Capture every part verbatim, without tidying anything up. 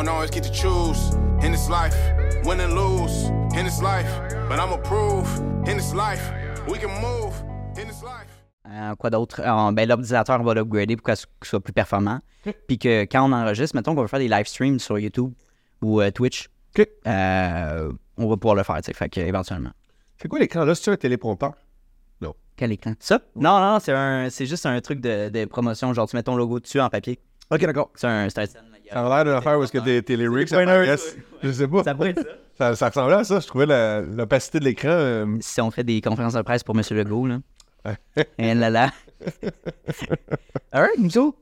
don't always get to choose in this life, win and lose in this life, but I'ma prove in this life, we can move in this life. Euh, quoi d'autre? Euh, ben, l'ordinateur, on va l'upgrader pour qu'il soit plus performant. Puis que quand on enregistre, mettons qu'on veut faire des live streams sur YouTube ou euh, Twitch, OK. euh, on va pouvoir le faire, tu sais, fait que, éventuellement. C'est quoi l'écran là? C'est-tu un téléprompteur? Non. Quel écran? Ça? Non, non, non, c'est, un, c'est juste un truc de, de promotion. Genre, tu mets ton logo dessus en papier. OK, d'accord. C'est un... C'est un ça a l'air d'une affaire où est-ce que tes, tes lyrics C'est pas un yes. Je sais pas. Ça pourrait être ça. Ça, ça ressemblait à ça. Je trouvais la, l'opacité de l'écran... Euh... Si on fait des conférences de presse pour M. Legault, là. Et là là. All right, Mousso.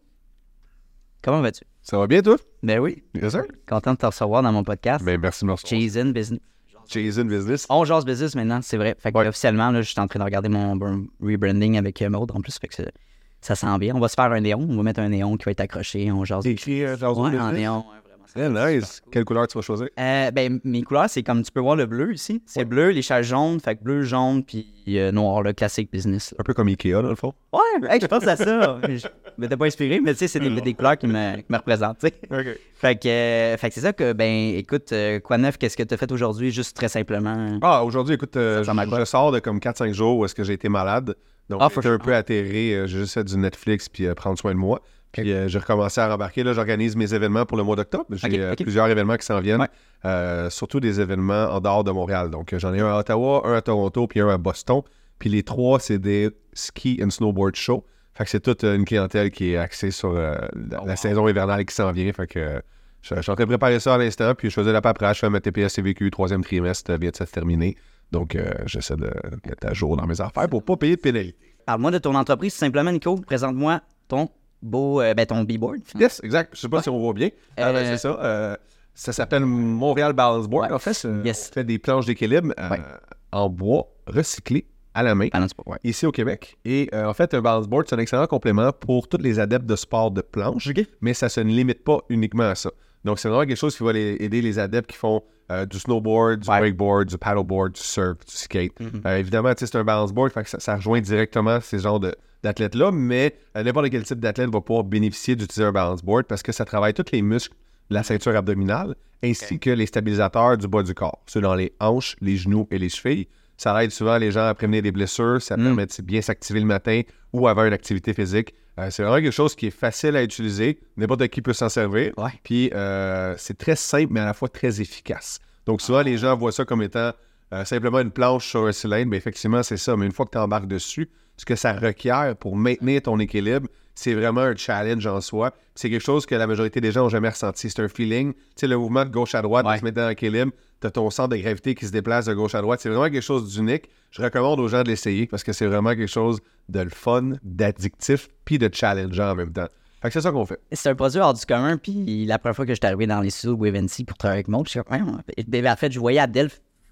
Comment vas-tu? Ça va bien, toi? Ben oui. Yes, sir. Content de te recevoir dans mon podcast. Ben, merci de me recevoir. Jason Business. Jason Business. On jase business maintenant, c'est vrai. Fait que ouais. officiellement, là, je suis en train de regarder mon rebranding avec Maud en plus. Fait que ça, ça sent bien. On va se faire un néon. On va mettre un néon qui va être accroché. On jase. C'est écrit euh, Jason ouais, Business? en néon. Ouais, très nice. Cool. Quelle couleur tu vas choisir? Euh, ben, mes couleurs, c'est comme tu peux voir le bleu ici. C'est ouais. bleu, les chaises jaunes. Fait que bleu, jaune, puis euh, noir, le classique business. Un peu comme Ikea, dans le fond. Ouais, hey, je pense à ça. Je m'étais pas inspiré, mais tu sais, c'est des, des couleurs qui me, qui me représentent, tu sais. OK. Fait que, euh, fait que c'est ça que, ben, écoute, euh, quoi de neuf, qu'est-ce que tu as fait aujourd'hui, juste très simplement? Ah, aujourd'hui, écoute, euh, je, je sors de comme quatre cinq jours où est-ce que j'ai été malade. Donc, ah, j'étais un peu atterré. Euh, j'ai juste fait du Netflix puis euh, prendre soin de moi. Puis okay. euh, j'ai recommencé à rembarquer. Là, j'organise mes événements pour le mois d'octobre. J'ai okay, euh, okay. plusieurs événements qui s'en viennent, ouais. euh, surtout des événements en dehors de Montréal. Donc, j'en ai un à Ottawa, un à Toronto, puis un à Boston. Puis les trois, c'est des ski and snowboard shows. Fait que c'est toute une clientèle qui est axée sur euh, la, oh, la wow. saison hivernale qui s'en vient. Fait que euh, je, je suis en train de préparer ça à l'instant. Puis je faisais la paperasse, je fais ma T P S C V Q, troisième trimestre vient de se terminer. Donc, euh, j'essaie de d'être à jour dans mes affaires pour pas payer de pénalité. Parle-moi de ton entreprise, simplement, Nico. Présente-moi ton beau, euh, ben ton b-board. Yes, exact. Je sais pas ouais. si on voit bien. Euh, euh, ben, c'est ça. Euh, ça s'appelle Montréal Balance Board. Ouais. En fait, yes. on fait des planches d'équilibre euh, ouais. en bois recyclé à la main, ouais. ici au Québec. Et euh, en fait, un balance board, c'est un excellent complément pour tous les adeptes de sport de planche, okay. mais ça se ne limite pas uniquement à ça. Donc, c'est vraiment quelque chose qui va les, aider les adeptes qui font euh, du snowboard, du ouais. wakeboard, du paddleboard, du surf, du skate. Mm-hmm. Euh, évidemment, c'est un balance board, fait que ça, ça rejoint directement ces genres de, d'athlètes-là, mais euh, n'importe quel type d'athlète va pouvoir bénéficier d'utiliser un balance board parce que ça travaille tous les muscles de la ceinture abdominale ainsi okay. que les stabilisateurs du bas du corps, ceux dans les hanches, les genoux et les chevilles. Ça aide souvent les gens à prévenir des blessures, ça mm. permet de bien s'activer le matin ou avoir une activité physique. Euh, c'est vraiment quelque chose qui est facile à utiliser, n'importe qui peut s'en servir. Ouais. Puis euh, c'est très simple, mais à la fois très efficace. Donc souvent, oh. les gens voient ça comme étant euh, simplement une planche sur un cylindre. Mais effectivement, c'est ça. Mais une fois que tu embarques dessus, ce que ça requiert pour maintenir ton équilibre, c'est vraiment un challenge en soi. Puis c'est quelque chose que la majorité des gens n'ont jamais ressenti. C'est un feeling. Tu sais, le mouvement de gauche à droite, ouais. de se mettre dans l'équilibre, tu as ton centre de gravité qui se déplace de gauche à droite. C'est vraiment quelque chose d'unique. Je recommande aux gens de l'essayer parce que c'est vraiment quelque chose de le fun, d'addictif, puis de challengeant en même temps. Fait que c'est ça qu'on fait. C'est un produit hors du commun, puis la première fois que je suis arrivé dans les studios de Wavency pour travailler avec Maud, je suis comme, ouais, en fait, je voyais Adèle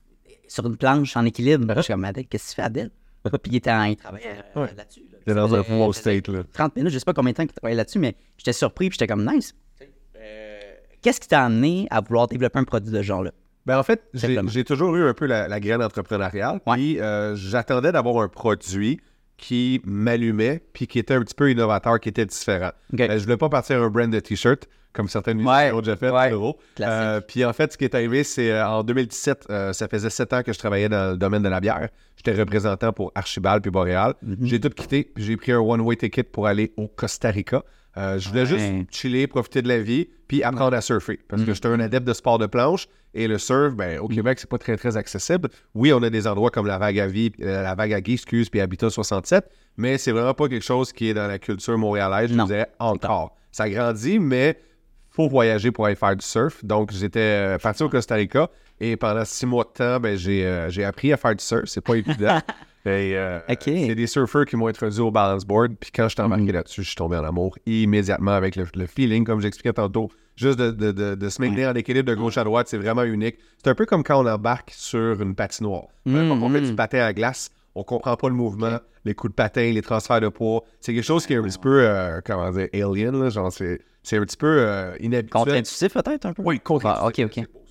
sur une planche en équilibre. Je suis comme, Adèle, qu'est-ce que tu fais, Adèle? Puis il, était en, il travaillait euh, ouais. là-dessus. Là. Il était dans un full state, là. trente minutes, je sais pas combien de temps qu'il travaillait là-dessus, mais j'étais surpris, puis j'étais comme, nice. Euh, qu'est-ce qui t'a amené à vouloir développer un produit de ce genre-là? Ben en fait, j'ai, j'ai toujours eu un peu la, la graine entrepreneuriale, ouais. puis euh, j'attendais d'avoir un produit qui m'allumait, puis qui était un petit peu innovateur, qui était différent. Okay. Euh, je voulais pas partir un brand de t-shirt, comme certaines musiques ouais. ont déjà fait. Ouais. Euh, puis en fait, ce qui est arrivé, c'est euh, en deux mille dix-sept, euh, ça faisait sept ans que je travaillais dans le domaine de la bière. J'étais représentant pour Archibald puis Boréal. Mm-hmm. J'ai tout quitté, puis j'ai pris un one-way ticket pour aller au Costa Rica. Euh, je voulais ouais. juste chiller, profiter de la vie, puis apprendre à surfer. Parce que j'étais un adepte de sport de planche, et le surf, ben, au Québec, c'est pas très, très accessible. Oui, on a des endroits comme la Vague à Vie, euh, la Vague à Guy, excuse, puis Habitat soixante-sept, mais c'est vraiment pas quelque chose qui est dans la culture montréalaise, je non. dirais, encore. Ça grandit, mais faut voyager pour aller faire du surf. Donc, j'étais euh, parti au Costa Rica, et pendant six mois de temps, ben, j'ai, euh, j'ai appris à faire du surf. C'est pas évident. Et, euh, okay. C'est des surfeurs qui m'ont introduit au balance board. Puis quand je suis embarqué mm-hmm. là-dessus, je suis tombé en amour immédiatement avec le, le feeling, comme j'expliquais tantôt. Juste de, de, de, de se maintenir ouais. en équilibre de gauche à droite, c'est vraiment unique. C'est un peu comme quand on embarque sur une patinoire. Mm-hmm. Quand on fait du patin à glace, on comprend pas le mouvement, okay. les coups de patin, les transferts de poids. C'est quelque chose qui est un petit peu, euh, comment dire, alien. Là, genre c'est, c'est un petit peu euh, inhabituel. Contre-intuitif peut-être un peu? Oui, contre-intuitif. Ah, OK, OK.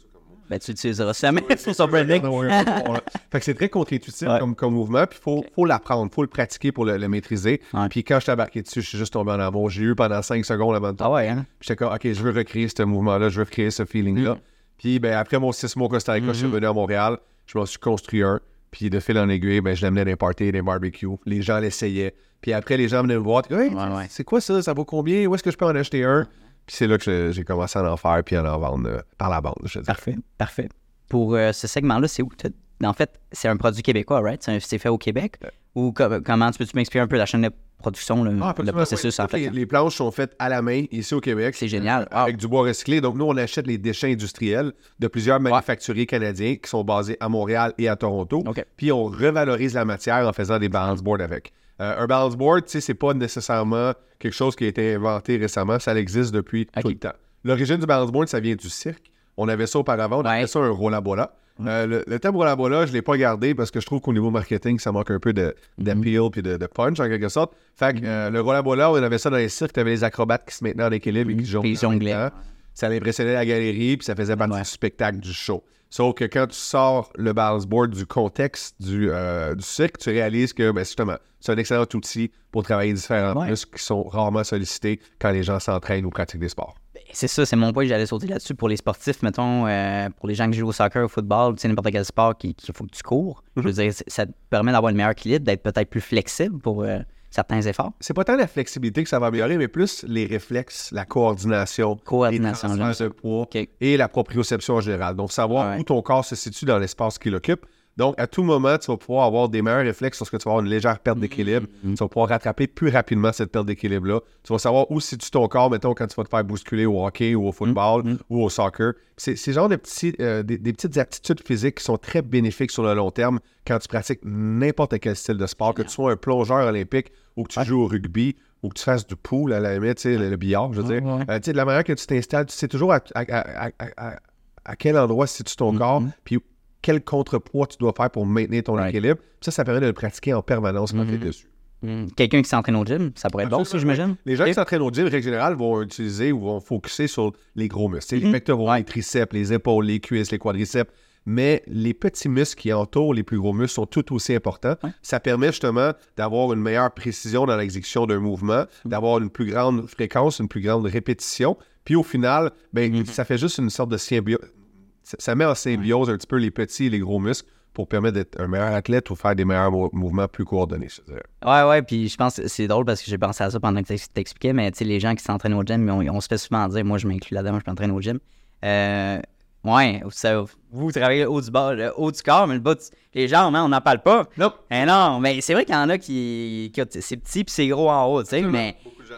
Ben, tu l'utiliseras jamais sur son branding. Fait que c'est très contre-intuitif ouais. comme, comme mouvement, puis il faut, okay. faut l'apprendre, il faut le pratiquer pour le, le maîtriser. Ouais. Puis quand je t'ai embarqué dessus, je suis juste tombé en amour. J'ai eu pendant cinq secondes avant de tomber. Ah ouais, hein? Puis j'étais comme, OK, je veux recréer ce mouvement-là, je veux recréer ce feeling-là. Mm. Puis ben, après mon six mois au Costa Rica, mm-hmm. je suis venu à Montréal, je m'en suis construit un. Puis de fil en aiguille, ben, je l'amenais dans les parties, des barbecues. Les gens l'essayaient. Puis après, les gens venaient me voir. Hey, ouais, ouais. C'est quoi ça? Ça vaut combien? Où est-ce que je peux en acheter un? Puis c'est là que je, j'ai commencé à en faire puis à en vendre euh, par la bande, je te dis. Parfait, parfait. Pour euh, ce segment-là, c'est où? En fait, c'est un produit québécois, right? C'est, un, c'est fait au Québec? Euh. Ou com- comment tu peux-tu m'expliquer un peu la chaîne de production, le, ah, le processus, oui. en fait? Les, les planches sont faites à la main, ici au Québec. C'est génial. Euh, avec du bois recyclé. Donc, nous, on achète les déchets industriels de plusieurs manufacturiers ouais. canadiens qui sont basés à Montréal et à Toronto. Okay. Puis, on revalorise la matière en faisant des balance boards avec. Euh, un balance board, tu sais, c'est pas nécessairement quelque chose qui a été inventé récemment. Ça existe depuis okay. tout le temps. L'origine du balance board, ça vient du cirque. On avait ça auparavant. On ouais. appelait ça un rollabola. Euh, le, le thème rollabola, je ne l'ai pas gardé parce que je trouve qu'au niveau marketing, ça manque un peu de, d'appeal mm-hmm. puis de, de punch, en quelque sorte. Fait que mm-hmm. euh, le rollabola, on avait ça dans les cirques. Tu avais les acrobates qui se maintenaient en équilibre mm-hmm. et qui jonglaient. Ça impressionnait la galerie puis ça faisait partie ouais. du spectacle, du show. Sauf que quand tu sors le balance board du contexte du, euh, du cirque, tu réalises que, ben, justement, c'est un excellent outil pour travailler différents ouais. muscles qui sont rarement sollicités quand les gens s'entraînent ou pratiquent des sports. C'est ça, c'est mon point que j'allais sauter là-dessus. Pour les sportifs, mettons, euh, pour les gens qui jouent au soccer, au football, tu sais, n'importe quel sport qu'il faut que tu cours, mm-hmm. je veux dire, ça te permet d'avoir le meilleur équilibre, d'être peut-être plus flexible pour euh, certains efforts. C'est pas tant la flexibilité que ça va améliorer, mais plus les réflexes, la coordination, coordination les transferts de poids okay. et la proprioception en général. Donc, savoir ouais. où ton corps se situe dans l'espace qu'il occupe. Donc, à tout moment, tu vas pouvoir avoir des meilleurs réflexes lorsque tu vas avoir une légère perte d'équilibre. Mm-hmm. Tu vas pouvoir rattraper plus rapidement cette perte d'équilibre-là. Tu vas savoir où situe ton corps, mettons, quand tu vas te faire bousculer au hockey ou au football mm-hmm. ou au soccer. C'est, c'est genre de petits, euh, des, des petites aptitudes physiques qui sont très bénéfiques sur le long terme quand tu pratiques n'importe quel style de sport, que tu sois un plongeur olympique ou que tu ouais. joues au rugby ou que tu fasses du pool à la limite, tu sais, le, le billard, je veux dire. Ouais. Euh, tu sais, de la manière que tu t'installes, tu sais toujours à, à, à, à, à, à quel endroit situe ton mm-hmm. corps, puis quel contrepoids tu dois faire pour maintenir ton right. équilibre. Puis ça, ça permet de le pratiquer en permanence quand mm-hmm. tu es dessus. Mm-hmm. Quelqu'un qui s'entraîne au gym, ça pourrait être bon, ça, j'imagine. Les gens okay. qui s'entraînent au gym, en règle générale, vont utiliser ou vont focuser sur les gros muscles. Mm-hmm. Les pectoraux, les triceps, les épaules, les cuisses, les quadriceps. Mais les petits muscles qui entourent les plus gros muscles sont tout aussi importants. Ouais. Ça permet justement d'avoir une meilleure précision dans l'exécution d'un mouvement, mm-hmm. d'avoir une plus grande fréquence, une plus grande répétition. Puis au final, ben, mm-hmm. ça fait juste une sorte de symbiose. Ça met en symbiose ouais. un petit peu les petits et les gros muscles pour permettre d'être un meilleur athlète ou faire des meilleurs mo- mouvements plus coordonnés, je dirais. Ouais, ouais, puis je pense que c'est drôle parce que j'ai pensé à ça pendant que tu t'expliquais, mais tu sais, les gens qui s'entraînent au gym, on, on se fait souvent dire, moi je m'inclus là-dedans, moi je m'entraîne au gym. Euh, ouais, ça, vous travaillez le haut du bas, le haut du corps, mais le bas, du, les jambes, hein, on n'en parle pas. Non. Eh non, mais c'est vrai qu'il y en a qui, qui c'est petit puis c'est gros en haut, tu sais, mais...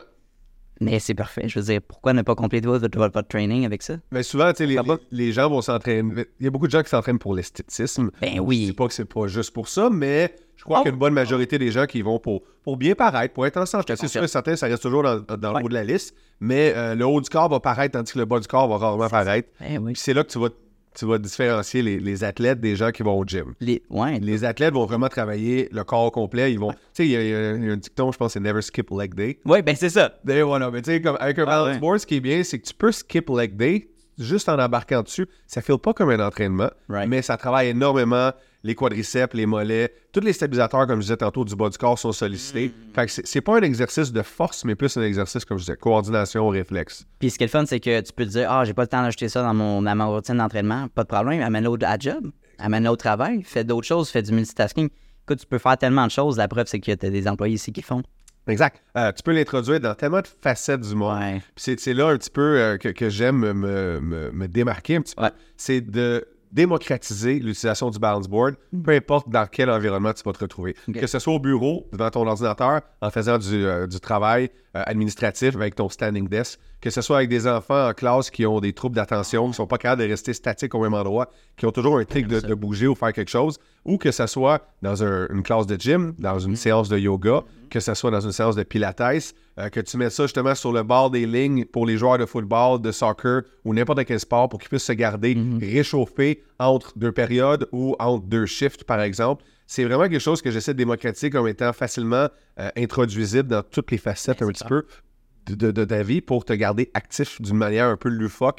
Mais c'est parfait. Je veux dire, pourquoi ne pas compléter votre, votre, votre training avec ça? Mais souvent, tu sais, les, les, les gens vont s'entraîner. Il y a beaucoup de gens qui s'entraînent pour l'esthétisme. Ben oui. Je ne dis pas que c'est pas juste pour ça, mais je crois oh. qu'il y a une bonne majorité des gens qui vont pour, pour bien paraître, pour être en santé. C'est sûr et certain, ça reste toujours dans, dans ouais. le haut de la liste, mais euh, le haut du corps va paraître tandis que le bas du corps va rarement c'est paraître. Ben oui. Puis c'est là que tu vas... tu vas différencier les, les athlètes des gens qui vont au gym. Les, ouais. les athlètes vont vraiment travailler le corps complet. Ils vont... Ouais. Tu sais, il y, y, y a un dicton, je pense, c'est « never skip leg day ». Oui, ben c'est ça. D'ailleurs, voilà. Mais tu sais, comme avec un balance ah, board, ouais. ce qui est bien, c'est que tu peux skip leg day juste en embarquant dessus. Ça ne file pas comme un entraînement, right. mais ça travaille énormément les quadriceps, les mollets. Tous les stabilisateurs, comme je disais tantôt, du bas du corps sont sollicités. Mm. Fait que c'est, c'est pas un exercice de force, mais plus un exercice, comme je disais, coordination, réflexe. Puis ce qui est le fun, c'est que tu peux te dire « Ah, j'ai pas le temps d'ajouter ça dans, mon, dans ma routine d'entraînement. » Pas de problème, amène-le à job, amène-le au travail, fais d'autres choses, fais du multitasking. Écoute, tu peux faire tellement de choses. La preuve, c'est que tu as des employés ici qui font. Exact. Euh, tu peux l'introduire dans tellement de facettes du monde. Ouais. Puis c'est, c'est là un petit peu euh, que, que j'aime me, me, me démarquer un petit peu. Ouais. C'est de démocratiser l'utilisation du balance board, mm. peu importe dans quel environnement tu vas te retrouver. Okay. Que ce soit au bureau, devant ton ordinateur, en faisant du, euh, du travail euh, administratif avec ton standing desk, que ce soit avec des enfants en classe qui ont des troubles d'attention, qui ne sont pas capables de rester statiques au même endroit, qui ont toujours un tic de, de bouger ou faire quelque chose, ou que ce soit dans un, une classe de gym, dans une mm. séance de yoga, que ce soit dans une séance de pilates, euh, que tu mets ça justement sur le bord des lignes pour les joueurs de football, de soccer ou n'importe quel sport pour qu'ils puissent se garder mm-hmm. réchauffés entre deux périodes ou entre deux shifts, par exemple. C'est vraiment quelque chose que j'essaie de démocratiser comme étant facilement euh, introduisible dans toutes les facettes un petit peu de, de, de ta vie pour te garder actif d'une manière un peu loufoque,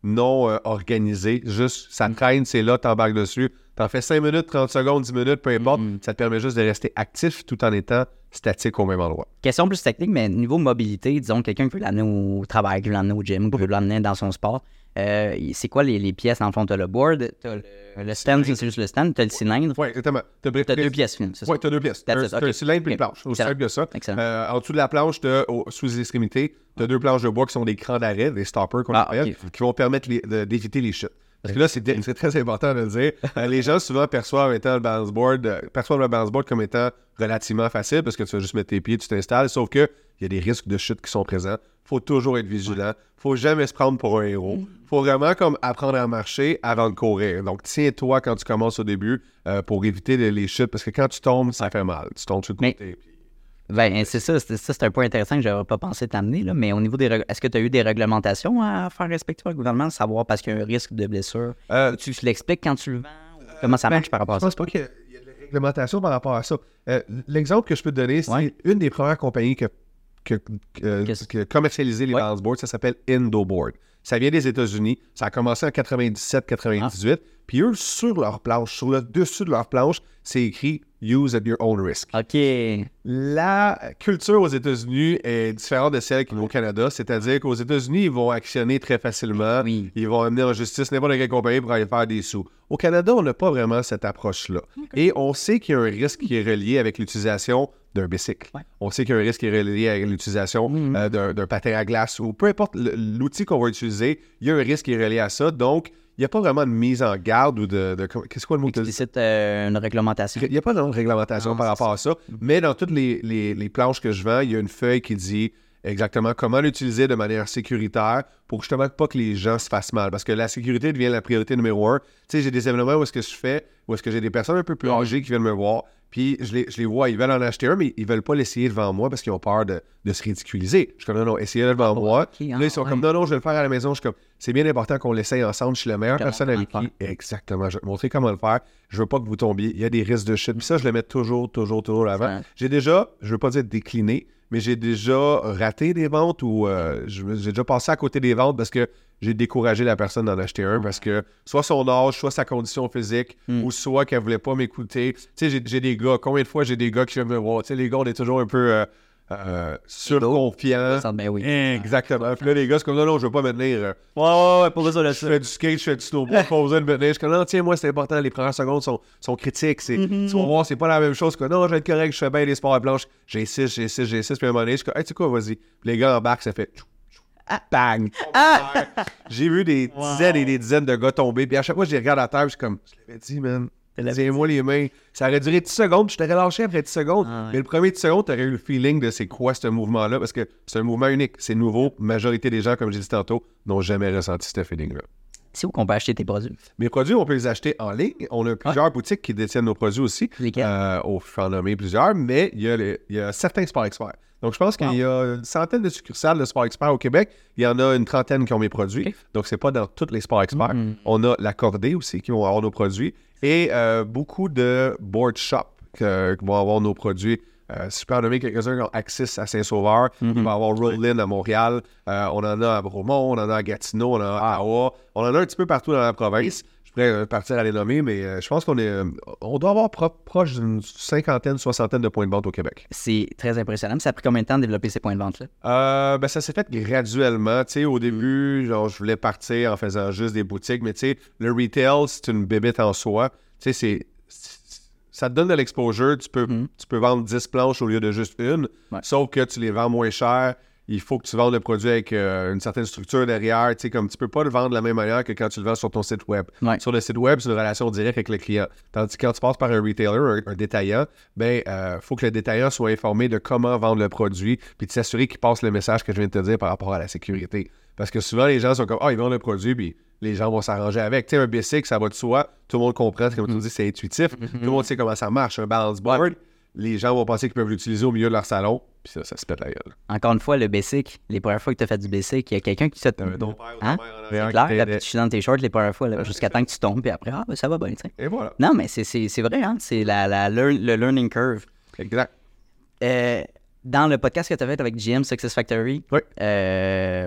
non euh, organisé. Juste, ça traîne, c'est là, t'embarques dessus. T'en fais cinq minutes, trente secondes, dix minutes, peu importe. Mm-hmm. Ça te permet juste de rester actif tout en étant statique au même endroit. Question plus technique, mais niveau mobilité, disons quelqu'un qui veut l'amener au travail, qui veut l'amener au gym, qui veut l'amener dans son sport, euh, c'est quoi les, les pièces? En fond, t'as le board, t'as le, le stand, c'est juste le stand, t'as le cylindre. Oui, exactement. T'as, t'as deux pièces, c'est ça? Oui, t'as deux pièces. T'as, t'as okay. un cylindre et une planche. Aussi simple que ça. Euh, en dessous de la planche, t'as, au, sous les extrémités, t'as deux planches de bois qui sont des crans d'arrêt, des stoppers qu'on ah, appelle, okay. qui vont permettre les, de, d'éviter les chutes. Parce que là, c'est, c'est très important de le dire. Euh, les gens souvent perçoivent, étant le balance board, euh, perçoivent le balance board comme étant relativement facile parce que tu vas juste mettre tes pieds, tu t'installes. Sauf qu'il y a des risques de chute qui sont présents. Il faut toujours être vigilant. Il ne faut jamais se prendre pour un héros. Il faut vraiment comme apprendre à marcher avant de courir. Donc, tiens-toi quand tu commences au début euh, pour éviter les, les chutes parce que quand tu tombes, ça fait mal. Tu tombes sur le côté. Mais... Ben, c'est ça, c'est, ça, c'est un point intéressant que je n'aurais pas pensé t'amener, là, mais au niveau des... Rég... Est-ce que tu as eu des réglementations à faire respecter par le gouvernement, savoir parce qu'il y a un risque de blessure? Euh, tu l'expliques quand tu le vends? Comment ça marche ben, par rapport à ça? Je pense pas qu'il y a, il y a de la réglementation par rapport à ça. Euh, l'exemple que je peux te donner, c'est ouais. une des premières compagnies que, que, que, que commercialisé les ouais. balance boards, ça s'appelle Endoboard. Ça vient des États-Unis, ça a commencé en quatre-vingt-dix-sept quatre-vingt-dix-huit, ah. Puis eux, sur leur planche, sur le dessus de leur planche, c'est écrit « Use at your own risk ». OK. La culture aux États-Unis est différente de celle qui est au Canada, c'est-à-dire qu'aux États-Unis, ils vont actionner très facilement, oui. Ils vont amener en justice n'importe quelle compagnie pour aller faire des sous. Au Canada, on n'a pas vraiment cette approche-là. Okay. Et on sait qu'il y a un risque qui est relié avec l'utilisation d'un bicycle. Ouais. On sait qu'il y a un risque qui est relié avec l'utilisation mm-hmm. euh, d'un, d'un patin à glace ou peu importe l'outil qu'on va utiliser, il y a un risque qui est relié à ça. Donc, il n'y a pas vraiment de mise en garde ou de... de qu'est-ce quoi le mot que tu dis? Euh, une réglementation. Il n'y a pas de réglementation non, par rapport ça. à ça. Mais dans toutes les, les, les planches que je vends, il y a une feuille qui dit exactement comment l'utiliser de manière sécuritaire pour justement pas que les gens se fassent mal. Parce que la sécurité devient la priorité numéro un. Tu sais, j'ai des événements où est-ce que je fais, où est-ce que j'ai des personnes un peu plus âgées qui viennent me voir, puis je les, je les vois, ils veulent en acheter un, mais ils veulent pas l'essayer devant moi parce qu'ils ont peur de, de se ridiculiser. Je suis comme, non, non, essayez-le devant oh, moi. Okay, là, ils sont ouais. comme, non, non, je vais le faire à la maison. Je suis comme, c'est bien important qu'on l'essaye ensemble. Je suis la meilleure comment personne avec qui. Exactement. Je vais te montrer comment le faire. Je veux pas que vous tombiez. Il y a des risques de chute. Puis ça, je le mets toujours, toujours, toujours avant. Ouais. J'ai déjà, je veux pas dire décliné, mais j'ai déjà raté des ventes ou euh, j'ai déjà passé à côté des ventes parce que j'ai découragé la personne d'en acheter un parce que soit son âge, soit sa condition physique mm. ou soit qu'elle voulait pas m'écouter. Tu sais, j'ai, j'ai des gars, combien de fois j'ai des gars qui viennent me voir? Tu sais, les gars, on est toujours un peu euh, euh, surconfiants. Ben oui. Exactement. Puis là, les gars, c'est comme, non, non, je veux pas me tenir. Euh, ouais, ouais, ouais, pour ça, là, je fais du skate, je fais du snowboard, pas besoin de me tenir. Je suis comme, non, tiens, moi, c'est important, les premières secondes sont, sont critiques. C'est, mm-hmm. Tu vas voir, c'est pas la même chose que, non, je vais être correct, je fais bien les sports à planche. J'insiste, j'insiste, j'insiste. Puis à un moment donné, je suis comme, hey, tu sais quoi, vas-y. Puis les gars embarquent, ça fait. Ah, bang! Ah! J'ai vu des wow. dizaines et des dizaines de gars tomber. Puis à chaque fois, je les regarde à terre. Je suis comme, je l'avais dit, man. Tiens-moi les mains. Ça aurait duré dix secondes. Je t'aurais lâché après dix secondes. Ah, ouais. Mais le premier dix secondes, tu aurais eu le feeling de c'est quoi ce mouvement-là. Parce que c'est un mouvement unique. C'est nouveau. La majorité des gens, comme j'ai dit tantôt, n'ont jamais ressenti ce feeling-là. C'est où qu'on peut acheter tes produits? Mes produits, on peut les acheter en ligne. On a plusieurs ouais. boutiques qui détiennent nos produits aussi. Lesquels? Euh, on peut en nommer plusieurs. Mais il y a, les, il y a certains Sport Experts. Donc, je pense wow. qu'il y a une centaine de succursales de Sport Expert au Québec. Il y en a une trentaine qui ont mes produits. Okay. Donc, c'est pas dans tous les Sport Experts. Mm-hmm. On a l'Accordé aussi qui vont avoir nos produits. Et euh, beaucoup de board shop euh, qui vont avoir nos produits. Euh, si je peux en nommer quelques-uns qui ont Axis à Saint-Sauveur, mm-hmm. il va y avoir Rollin à Montréal. Euh, on en a à Bromont, on en a à Gatineau, on en a à Ottawa. On en a un petit peu partout dans la province. Je pourrais partir à les nommer, mais euh, je pense qu'on est, euh, on doit avoir pro- proche d'une cinquantaine, soixantaine de points de vente au Québec. C'est très impressionnant. Ça a pris combien de temps de développer ces points de vente-là? Euh, ben, ça s'est fait graduellement. Tu sais, au début, genre, je voulais partir en faisant juste des boutiques, mais tu sais, le retail, c'est une bébête en soi. Tu sais, c'est, c'est, ça te donne de l'exposure. Tu peux, mm. tu peux vendre dix planches au lieu de juste une, ouais. sauf que tu les vends moins cher. Il faut que tu vendes le produit avec euh, une certaine structure derrière. Tu sais, comme tu peux pas le vendre de la même manière que quand tu le vends sur ton site web. Ouais. Sur le site web, c'est une relation directe avec le client. Tandis que quand tu passes par un retailer, un, un détaillant, ben, euh, faut que le détaillant soit informé de comment vendre le produit, puis de s'assurer qu'il passe le message que je viens de te dire par rapport à la sécurité. Parce que souvent, les gens sont comme, ah, oh, ils vendent le produit, puis les gens vont s'arranger avec. Tu sais, un bicycle, ça va de soi. Tout le monde comprend, comme tu dis, c'est intuitif. Mm-hmm. Tout le monde sait comment ça marche. Un balance board, ouais. les gens vont penser qu'ils peuvent l'utiliser au milieu de leur salon, puis ça, ça se pète la gueule. Encore une fois, le basic, les premières fois que tu as fait du basic, il y a quelqu'un qui t'a... Ton père ou hein? ta mère, c'est clair, quand tu suis dans tes shorts les premières fois, là, ouais, jusqu'à temps que tu tombes, puis après, ah, ben ça va bien, tu sais. Et voilà. Non, mais c'est, c'est, c'est vrai, hein, c'est la, la, learn, le learning curve. Exact. Euh, dans le podcast que tu as fait avec G M Success Factory, oui. euh,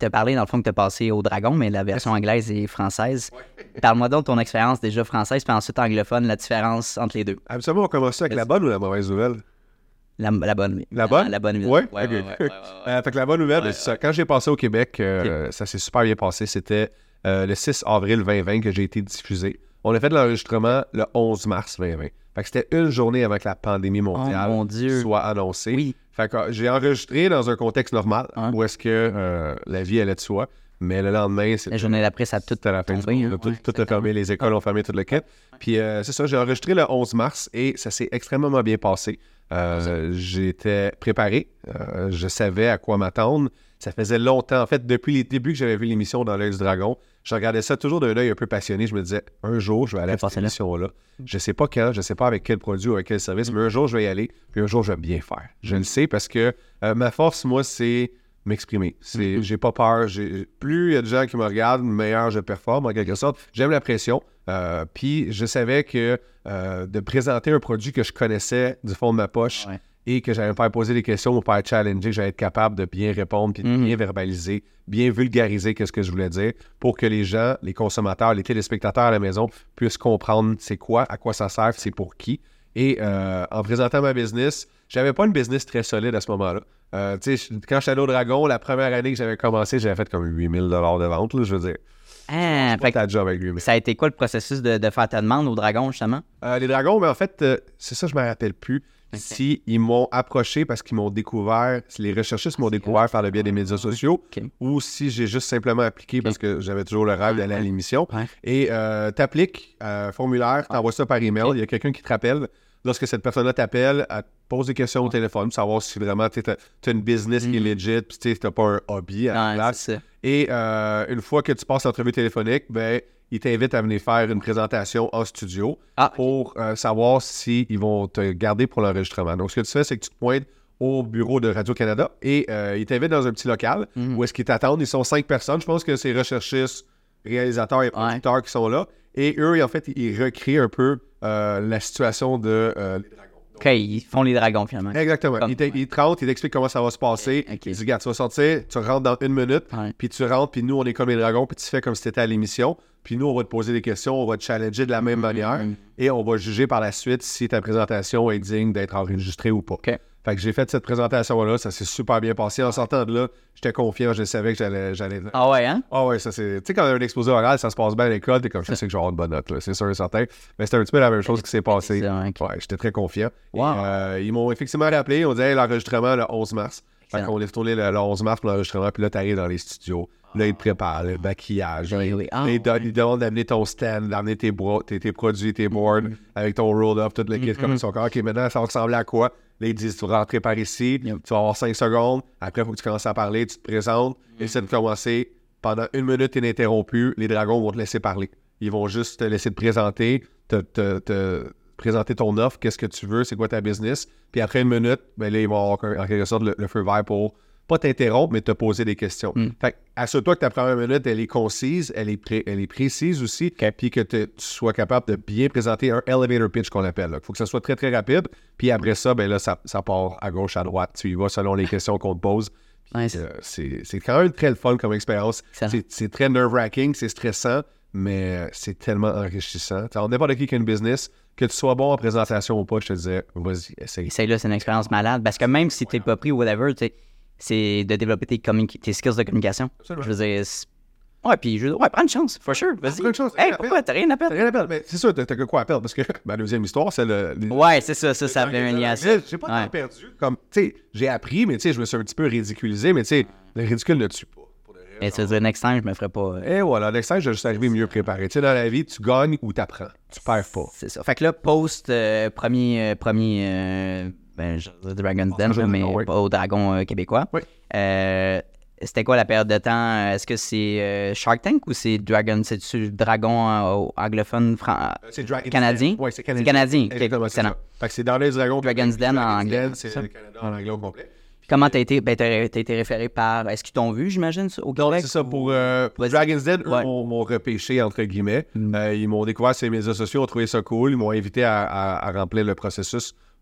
tu as parlé, dans le fond, que tu as passé au Dragon, mais la version anglaise et française. Ouais. Parle-moi donc de ton expérience déjà française, puis ensuite anglophone, la différence entre les deux. Absolument, on commence avec la bonne ou la mauvaise nouvelle? La, la bonne. La bonne? La, la bonne nouvelle. Oui, ouais, okay. ouais, ouais, ouais, ouais. Euh, fait que la bonne nouvelle, ouais, c'est ça. Quand j'ai passé au Québec, euh, okay. ça s'est super bien passé. C'était euh, le six avril vingt vingt que j'ai été diffusé. On a fait de l'enregistrement le onze mars vingt vingt. Fait que c'était une journée avant que la pandémie mondiale oh, mon Dieu. soit annoncée. Oui. Fait que j'ai enregistré dans un contexte normal, hein? où est-ce que euh, la vie allait de soi. Mais le lendemain, c'est... La journée d'après, ça a tout à la fin tombé. Du hein? Tout, ouais, tout a fermé, les écoles ont fermé tout le kit. Ouais. Puis euh, c'est ça, j'ai enregistré le onze mars et ça s'est extrêmement bien passé. Euh, j'étais préparé, euh, je savais à quoi m'attendre. Ça faisait longtemps, en fait, depuis les débuts que j'avais vu l'émission dans l'œil du dragon, je regardais ça toujours d'un œil un peu passionné. Je me disais, un jour, je vais aller à cette émission-là. Je sais pas quand, je sais pas avec quel produit ou avec quel service, mm. mais un jour, je vais y aller, puis un jour, je vais bien faire. Je mm. le sais parce que euh, ma force, moi, c'est m'exprimer. C'est, mm-hmm. J'ai pas peur. J'ai, plus il y a de gens qui me regardent, meilleur je performe, en quelque sorte. J'aime la pression. Euh, puis je savais que euh, de présenter un produit que je connaissais du fond de ma poche ouais. et que j'allais me faire poser des questions, me faire challenger, que j'allais être capable de bien répondre, puis de mm-hmm. bien verbaliser, bien vulgariser qu'est-ce que je voulais dire pour que les gens, les consommateurs, les téléspectateurs à la maison puissent comprendre c'est quoi, à quoi ça sert, c'est pour qui. Et euh, en présentant ma business, j'avais pas une business très solide à ce moment-là. Euh, tu sais, quand j'étais allé au Dragon, la première année que j'avais commencé, j'avais fait comme huit mille dollars de vente, là, je veux dire. Ah, fait ta job avec lui, mais... Ça a été quoi le processus de, de faire ta demande au Dragon, justement? Euh, les Dragons, mais en fait, euh, c'est ça, je me rappelle plus. Okay. Si ils m'ont approché parce qu'ils m'ont découvert, si les recherchistes m'ont découvert par le biais des médias sociaux, okay. ou si j'ai juste simplement appliqué okay. parce que j'avais toujours le rêve d'aller à l'émission. Ouais. Et euh, t'appliques un formulaire, t'envoies ça par email, okay. il y a quelqu'un qui te rappelle. Lorsque cette personne-là t'appelle, elle te pose des questions au téléphone pour savoir si vraiment tu as une business mm. qui est legit, puis tu n'as pas un hobby à la place. Et euh, une fois que tu passes l'entrevue téléphonique, ben, ils t'invitent à venir faire une présentation en studio ah, pour okay. euh, savoir s'ils vont te garder pour l'enregistrement. Donc, ce que tu fais, c'est que tu te pointes au bureau de Radio-Canada et euh, ils t'invitent dans un petit local mm. où est-ce qu'ils t'attendent. Ils sont cinq personnes. Je pense que c'est recherchistes, réalisateurs et producteurs ouais. qui sont là. Et eux, en fait, ils recréent un peu euh, la situation de euh, les dragons. Donc, OK, ils font les dragons, finalement. Exactement. Comme, ils, te, ouais. ils te rentrent, ils t'expliquent comment ça va se passer. Okay. Ils disent, regarde, tu vas sortir, tu rentres dans une minute, ouais. puis tu rentres, puis nous, on est comme les dragons, puis tu fais comme si tu étais à l'émission. Puis nous, on va te poser des questions, on va te challenger de la même mm-hmm. manière, et on va juger par la suite si ta présentation est digne d'être enregistrée ou pas. Okay. Fait que j'ai fait cette présentation-là, ça s'est super bien passé. En sortant de là, j'étais confiant, je savais que j'allais... j'allais... Ah ouais, hein? Ah ouais, ça c'est... Tu sais, quand on a un exposé oral, ça se passe bien à l'école, t'es comme, je sais que je vais avoir une bonne note, là, c'est sûr et certain. Mais c'était un petit peu la même chose qui s'est passé. Okay. Ouais, j'étais très confiant. Wow. Et, euh, ils m'ont effectivement rappelé, on disait hey, l'enregistrement le onze mars. Fait qu'on est retourné le, le onze mars pour l'enregistrement, puis là, t'arrives dans les studios. Là, ils te préparent le maquillage. Oui, oui. Oh, ils, ils demandent d'amener ton stand, d'amener tes, bro- tes, tes produits, tes boards, mm-hmm. avec ton roll-up, toute l'équipe mm-hmm. comme ça. OK, maintenant, ça va ressembler à quoi? Là, ils disent, tu vas rentrer par ici, yep. tu vas avoir cinq secondes. Après, il faut que tu commences à parler, tu te présentes. Mm-hmm. Essaie de commencer. Pendant une minute ininterrompue, les dragons vont te laisser parler. Ils vont juste te laisser te présenter, te, te, te présenter ton offre, qu'est-ce que tu veux, c'est quoi ta business. Puis après une minute, ben là, ils vont avoir en quelque sorte le, le feu vert pour pas t'interrompre, mais te poser des questions. Mm. Fait assure-toi que ta première minute, elle est concise, elle est, pré- elle est précise aussi, okay. puis que te, tu sois capable de bien présenter un elevator pitch qu'on appelle. Il faut que ça soit très, très rapide. Puis après ça, ben là, ça, ça part à gauche, à droite. Tu y vas selon les questions qu'on te pose. Puis, nice. euh, c'est, c'est quand même très le fun comme expérience. C'est, c'est très nerve-wracking, c'est stressant, mais c'est tellement enrichissant. T'sais, on n'importe qui qui a une business, que tu sois bon en présentation ou pas, je te disais, vas-y, essaye. Essaye-là, c'est une expérience malade. Parce que même si t'es pas pris ou whatever, tu sais, c'est de développer tes, communi- tes skills de communication. Absolument. Je veux dire, c'est... ouais, puis je... ouais, prends une chance, for sure, vas-y. Prends une chance. Hey, pourquoi? T'as rien à perdre? T'as rien à perdre, mais c'est sûr, t'as, t'as que quoi à perdre, parce que ma deuxième histoire, c'est le... le... Ouais, c'est ça, ça, ça fait un lien. J'ai pas tant ouais. perdu, comme, tu sais, j'ai appris, mais tu sais, je me suis un petit peu ridiculisé, mais tu sais, le ridicule ne tue pas. Et tu veux dire, next time, je me ferais pas... Et voilà, next time, je vais juste arriver mieux préparé. Tu sais, dans la vie, tu gagnes ou t'apprends. Tu perds pas. C'est ça. Fait que là, post, euh, premier... Euh, premier euh... Ben, je veux dire Dragon's Den, oh, mais oui. pas au Dragon euh, québécois. Oui. Euh, c'était quoi la période de temps? Est-ce que c'est euh, Shark Tank ou c'est Dragon? C'est-tu Dragon euh, anglophone fran... euh, c'est Dragon's canadien? Oui, c'est canadien. C'est canadien. Exactement, c'est ça. Fait que c'est dans les Dragons. Dragon's Den en anglais. C'est, c'est le Canada en anglais au complet. Puis comment t'as été? Ben, t'as, t'as été référé par... Est-ce qu'ils t'ont vu, j'imagine, au Québec? Non, c'est ça. Pour, euh, pour Dragon's Den, ouais. eux m'ont, m'ont repêché, entre guillemets. Mm. Euh, ils m'ont découvert sur les médias sociaux, ont trouvé ça cool. Ils m'ont invité à, à, à remplir le processus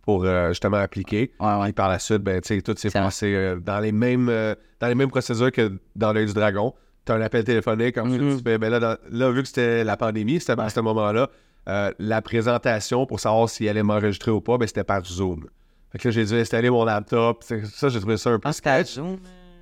pour euh, justement appliquer. Ouais, ouais. Et par la suite, ben, tu sais, tout s'est C'est passé euh, dans, les mêmes, euh, dans les mêmes procédures que dans l'œil du dragon. Tu as un appel téléphonique, ensuite Mm-hmm. tu fais, ben là, dans- là, vu que c'était la pandémie, c'était Ouais. à ce moment-là, euh, la présentation pour savoir s'il allait m'enregistrer ou pas, ben, c'était par Zoom. Fait que là, j'ai dû installer mon laptop. C'est- Ça, j'ai trouvé ça un peu Ah, c'était à Zoom.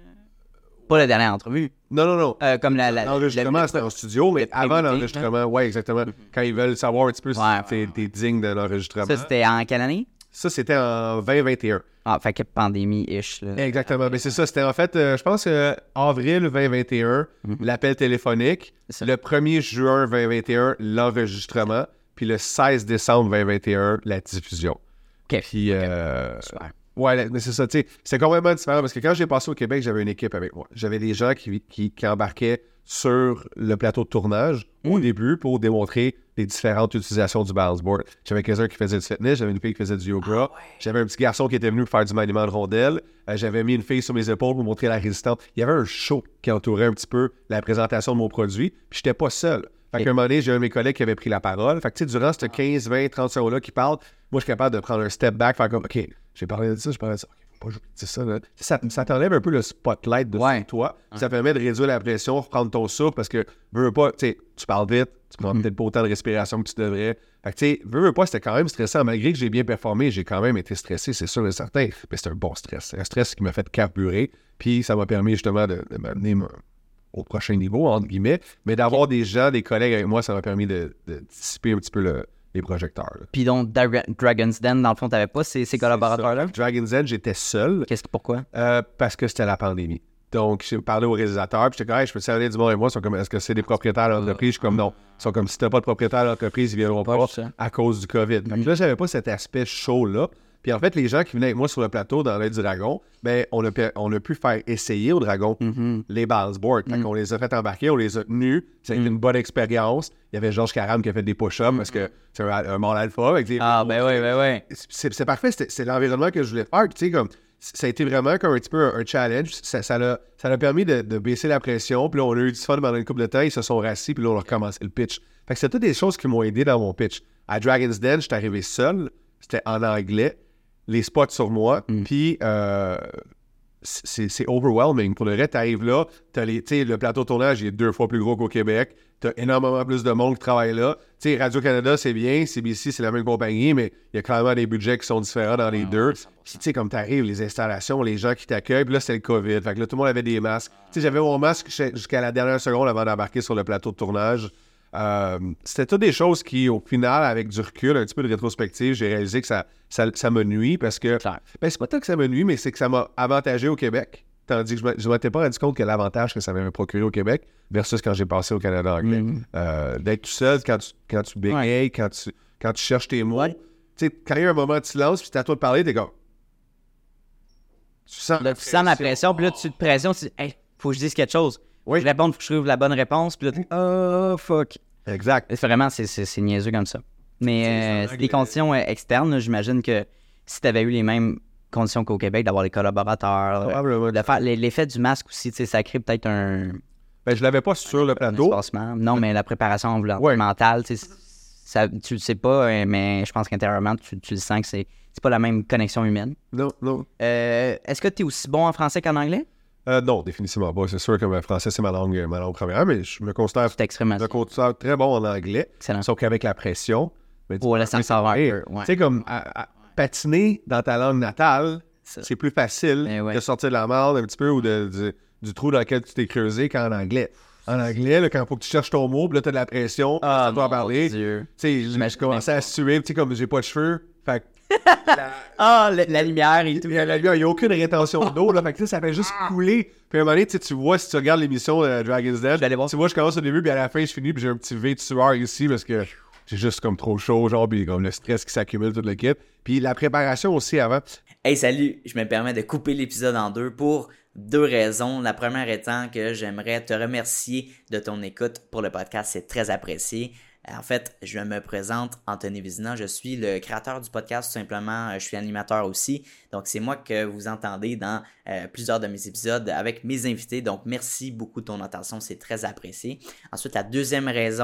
Pas la dernière entrevue. Non, non, non. Euh, comme la. la L'enregistrement, le- c'était en studio, mais le avant pré-booking, l'enregistrement, oui, exactement. Quand ils veulent savoir un petit peu si Ouais, t'es t'es digne de l'enregistrement. Ça, c'était en quelle année? Ça, c'était en vingt vingt et un. Ah, fait que pandémie-ish, là. Exactement. Mais c'est ça, c'était en fait, euh, je pense, euh, avril vingt vingt et un, l'appel téléphonique. C'est ça. Le premier juin vingt vingt et un, l'enregistrement. Puis le seize décembre vingt vingt et un, la diffusion. OK. Puis, euh, Super. ouais, mais c'est ça, tu sais, c'est complètement différent parce que quand j'ai passé au Québec, j'avais une équipe avec moi. J'avais des gens qui, qui, qui embarquaient sur le plateau de tournage au début pour démontrer les différentes utilisations du balance board. J'avais quelqu'un qui faisait du fitness, j'avais une fille qui faisait du yoga, j'avais un petit garçon qui était venu faire du maniement de rondelles, euh, j'avais mis une fille sur mes épaules pour montrer la résistance. Il y avait un show qui entourait un petit peu la présentation de mon produit, puis j'étais pas seul. Fait qu'à un moment donné, j'ai un de mes collègues qui avait pris la parole. Fait que, tu sais, durant ces quinze, vingt, trente secondes-là qui parle, moi, je suis capable de prendre un step back, faire comme, OK, j'ai parlé de ça, j'ai parlé de ça. OK, faut pas jouer, c'est ça, là. Ça, ça t'enlève un peu le spotlight de Ouais. toi. Ça permet de réduire la pression, reprendre ton souffle, parce que, veux, veux pas, tu sais, tu parles vite, tu prends peut-être pas autant de respiration que tu devrais. Fait que, tu sais, veux, veux pas, c'était quand même stressant. Malgré que j'ai bien performé, j'ai quand même été stressé, c'est sûr et certain. Mais c'est un bon stress. C'est un stress qui m'a fait carburer, puis ça m'a permis justement de, de m'amener au prochain niveau, entre guillemets. Mais d'avoir okay. des gens, des collègues avec moi, ça m'a permis de, de dissiper un petit peu le, les projecteurs. Là. Puis donc, Dra- Dragon's Den, dans le fond, t'avais pas ces, ces collaborateurs-là? Dragon's Den, j'étais seul. Qu'est-ce que, pourquoi? Euh, parce que c'était la pandémie. Donc, j'ai parlé aux réalisateurs, puis j'étais comme, hey, je peux te servir du monde et moi. Ils sont comme, est-ce que c'est des propriétaires d'entreprise? Je suis comme, non. Ils sont comme, si t'as pas de propriétaire d'entreprise, ils viendront pas, pas à cause du COVID. Mm-hmm. Donc là, j'avais pas cet aspect chaud-là. Puis en fait, les gens qui venaient avec moi sur le plateau dans l'œil du dragon, ben, on a, on a pu faire essayer au dragon mm-hmm. les balance boards. Fait mm-hmm. qu'on les a fait embarquer, on les a tenus. Ça a été mm-hmm. une bonne expérience. Il y avait Georges Caram qui a fait des push-ups mm-hmm. parce que c'est un, un mâle alpha. Avec des... Ah, ben oui, ben oui. C'est, c'est parfait. C'est, c'est l'environnement que je voulais faire. Tu sais, comme, ça a été vraiment comme un petit peu un, un challenge. Ça, ça, l'a, ça l'a permis de, de baisser la pression. Puis là, on a eu du fun pendant une couple de temps. Ils se sont rassis. Puis là, on a recommencé le pitch. Fait que c'est toutes des choses qui m'ont aidé dans mon pitch. À Dragon's Den, j'étais arrivé seul. C'était en anglais. Les spots sur moi, mm. puis euh, c'est, c'est overwhelming. Pour le reste, t'arrives là, t'as les, t'sais, le plateau de tournage il est deux fois plus gros qu'au Québec, t'as énormément plus de monde qui travaille là. T'sais, Radio-Canada, c'est bien, C B C, c'est la même compagnie, mais il y a clairement des budgets qui sont différents dans les ah, deux. Puis tu sais, comme t'arrives, les installations, les gens qui t'accueillent, puis là, c'était le COVID. Fait que là, tout le monde avait des masques. Tu sais, j'avais mon masque jusqu'à la dernière seconde avant d'embarquer sur le plateau de tournage. Euh, c'était toutes des choses qui, au final, avec du recul, un petit peu de rétrospective, j'ai réalisé que ça, ça, ça me nuit parce que... Ben, c'est pas tant que ça me nuit, mais c'est que ça m'a avantagé au Québec. Tandis que je ne m'étais pas rendu compte que l'avantage que ça m'avait procuré au Québec versus quand j'ai passé au Canada anglais. Mm-hmm. Euh, d'être tout seul quand tu, quand tu bégayes, ouais. quand, tu, quand tu cherches tes mots. Ouais. Tu sais, quand il y a un moment de silence, puis c'est à toi de parler, t'es comme... Tu sens, là, tu sens la pression, puis là, tu te pressions, tu dis « Hey, faut que je dise quelque chose. » Oui. Je réponds, faut que je trouve la bonne réponse, puis là, tu dis « Oh, fuck. » Exact. Vraiment, c'est, c'est, c'est niaiseux comme ça. Mais euh, c'est des conditions euh, externes. Là, j'imagine que si tu avais eu les mêmes conditions qu'au Québec, d'avoir les collaborateurs, euh, de faire l'effet du masque aussi, ça crée peut-être un... Ben, je l'avais pas sur le plateau. Non, mais la préparation ouais. mentale, ça, tu le sais pas, mais je pense qu'intérieurement, tu, tu le sens que c'est, c'est pas la même connexion humaine. Non, non. Euh, est-ce que tu es aussi bon en français qu'en anglais? Euh, non, définitivement pas. C'est sûr que le français, c'est ma langue, ma langue première, mais je me considère, je me considère très bon en anglais. Excellent. Sauf qu'avec la pression... Oh, là, ça me savoir un peu. Tu sais, comme à, à, patiner dans ta langue natale, ça. C'est plus facile ouais. que sortir de la merde un petit peu ou de, de, du trou dans lequel tu t'es creusé qu'en anglais. En anglais, là, quand il faut que tu cherches ton mot, puis là, t'as de la pression, ah, ça doit parler. Tu sais, je commençais à suer, tu sais, comme j'ai pas de cheveux, fait ah, la, la lumière et tout. La lumière, il n'y a aucune rétention d'eau, là. Fait que ça fait juste couler. Puis à un moment donné, tu vois, si tu regardes l'émission de Dragon's Den, tu vois, je commence au début, puis à la fin, je finis, puis j'ai un petit V de sueur ici parce que j'ai juste comme trop chaud, genre, puis comme le stress qui s'accumule toute l'équipe. Puis la préparation aussi avant. Hey, salut! Je me permets de couper l'épisode en deux pour deux raisons. La première étant que j'aimerais te remercier de ton écoute pour le podcast. C'est très apprécié. En fait, je me présente, Anthony Vézina, je suis le créateur du podcast, tout simplement, je suis animateur aussi. Donc, c'est moi que vous entendez dans euh, plusieurs de mes épisodes avec mes invités. Donc, merci beaucoup de ton attention, c'est très apprécié. Ensuite, la deuxième raison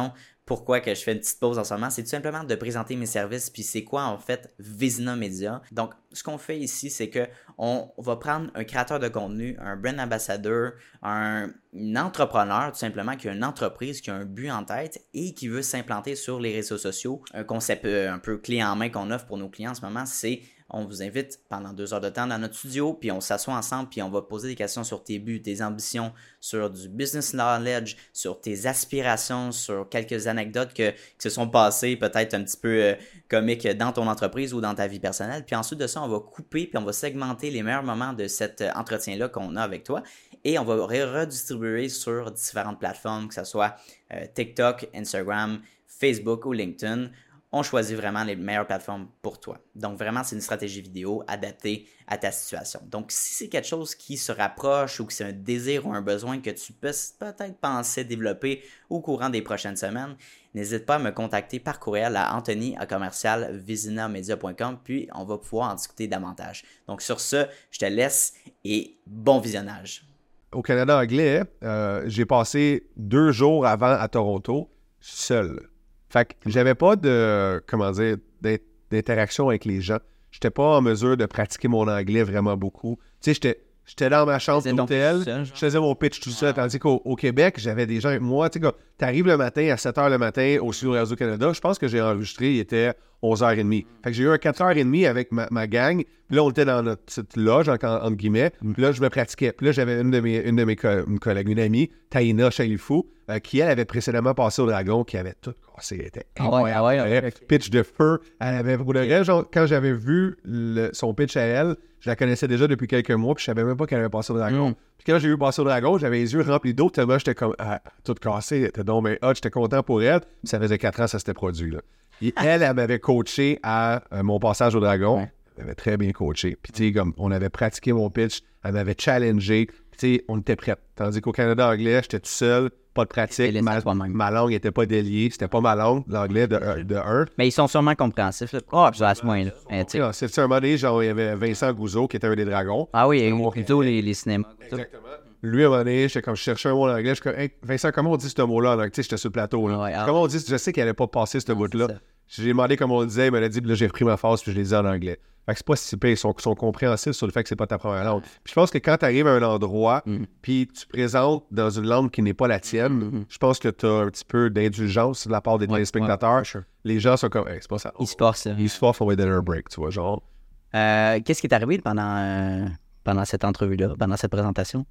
pourquoi que je fais une petite pause en ce moment, c'est tout simplement de présenter mes services, puis c'est quoi en fait Vizina Media. Donc, ce qu'on fait ici, c'est que on va prendre un créateur de contenu, un brand ambassadeur, un, un entrepreneur tout simplement qui a une entreprise, qui a un but en tête et qui veut s'implanter sur les réseaux sociaux. Un concept un peu clé en main qu'on offre pour nos clients en ce moment, c'est on vous invite pendant deux heures de temps dans notre studio, puis on s'assoit ensemble, puis on va poser des questions sur tes buts, tes ambitions, sur du business knowledge, sur tes aspirations, sur quelques anecdotes que, qui se sont passées peut-être un petit peu euh, comiques dans ton entreprise ou dans ta vie personnelle. Puis ensuite de ça, on va couper, puis on va segmenter les meilleurs moments de cet entretien-là qu'on a avec toi et on va redistribuer sur différentes plateformes, que ce soit euh, TikTok, Instagram, Facebook ou LinkedIn. On choisit vraiment les meilleures plateformes pour toi. Donc, vraiment, c'est une stratégie vidéo adaptée à ta situation. Donc, si c'est quelque chose qui se rapproche ou que c'est un désir ou un besoin que tu peux peut-être penser développer au courant des prochaines semaines, n'hésite pas à me contacter par courriel à anthony arobase commercial vizina media point com, puis on va pouvoir en discuter davantage. Donc, sur ce, je te laisse et bon visionnage. Au Canada anglais, euh, j'ai passé deux jours avant à Toronto, seul. Fait que j'avais pas de, comment dire, d'interaction avec les gens. J'étais pas en mesure de pratiquer mon anglais vraiment beaucoup. Tu sais, j'étais, j'étais dans ma chambre d'hôtel, je faisais mon pitch tout seul, tandis qu'au au Québec, j'avais des gens avec moi. Tu sais, quand t'arrives le matin à sept heures le matin au Studio Radio-Canada, je pense que j'ai enregistré, il était onze heures trente. Fait que j'ai eu un quatre heures trente avec ma, ma gang. Puis là, on était dans notre petite loge, en, en, entre guillemets. Puis là, je me pratiquais. Puis là, j'avais une de mes, une de mes co- une collègues, une amie, Taïna Chalifou, euh, qui, elle, avait précédemment passé au Dragon, qui avait tout cassé. Elle était incroyable. Ah ouais, ah ouais, okay. Pitch de feu. Elle avait, pour le reste, genre, quand j'avais vu le, son pitch à elle, je la connaissais déjà depuis quelques mois, puis je savais même pas qu'elle avait passé au Dragon. Mm. Puis quand j'ai vu passer au Dragon, j'avais les yeux remplis d'eau, tellement j'étais comme, ah, tout cassé, elle était donc, mais hot, j'étais content pour elle. Puis ça faisait quatre ans que ça s'était produit, là. Et elle, elle m'avait coaché à euh, mon passage au Dragon. Ouais. Elle m'avait très bien coaché. Puis, tu sais, comme on avait pratiqué mon pitch, elle m'avait challengé. Puis, tu sais, on était prêts. Tandis qu'au Canada anglais, j'étais tout seul, pas de pratique. Ma, ma langue n'était pas déliée. C'était pas ma langue, l'anglais de, de, de un. Mais ils sont sûrement compréhensifs. Ah, oh, à ce point-là. Eh, c'est un moment donné, genre, il y avait Vincent Gouzeau qui était un des dragons. Ah oui, et plutôt les, les cinémas. Exactement. Lui, à un moment donné, j'étais comme, je cherchais un mot en anglais. Je suis comme, hey, Vincent, comment on dit ce mot-là? Tu sais, j'étais sur le plateau. Là. Ouais, ah, comment on dit? Je sais qu'elle n'allait pas passer ce bout-là. J'ai demandé comment on le disait, il m'a dit, puis là, j'ai repris ma phrase, puis je l'ai dit en anglais. Fait que c'est pas si pire, ils sont, sont compréhensifs sur le fait que c'est pas ta première langue. Puis je pense que quand tu arrives à un endroit, mm. puis tu présentes dans une langue qui n'est pas la tienne, mm-hmm. je pense que tu as un petit peu d'indulgence de la part des ouais, téléspectateurs. Ouais, sure. Les gens sont comme, hey, c'est pas ça. Ils se forcent. Ils se forcent, on va donner un break, tu vois, genre. Euh, qu'est-ce qui est arrivé pendant, euh, pendant cette entrevue-là, pendant cette présentation?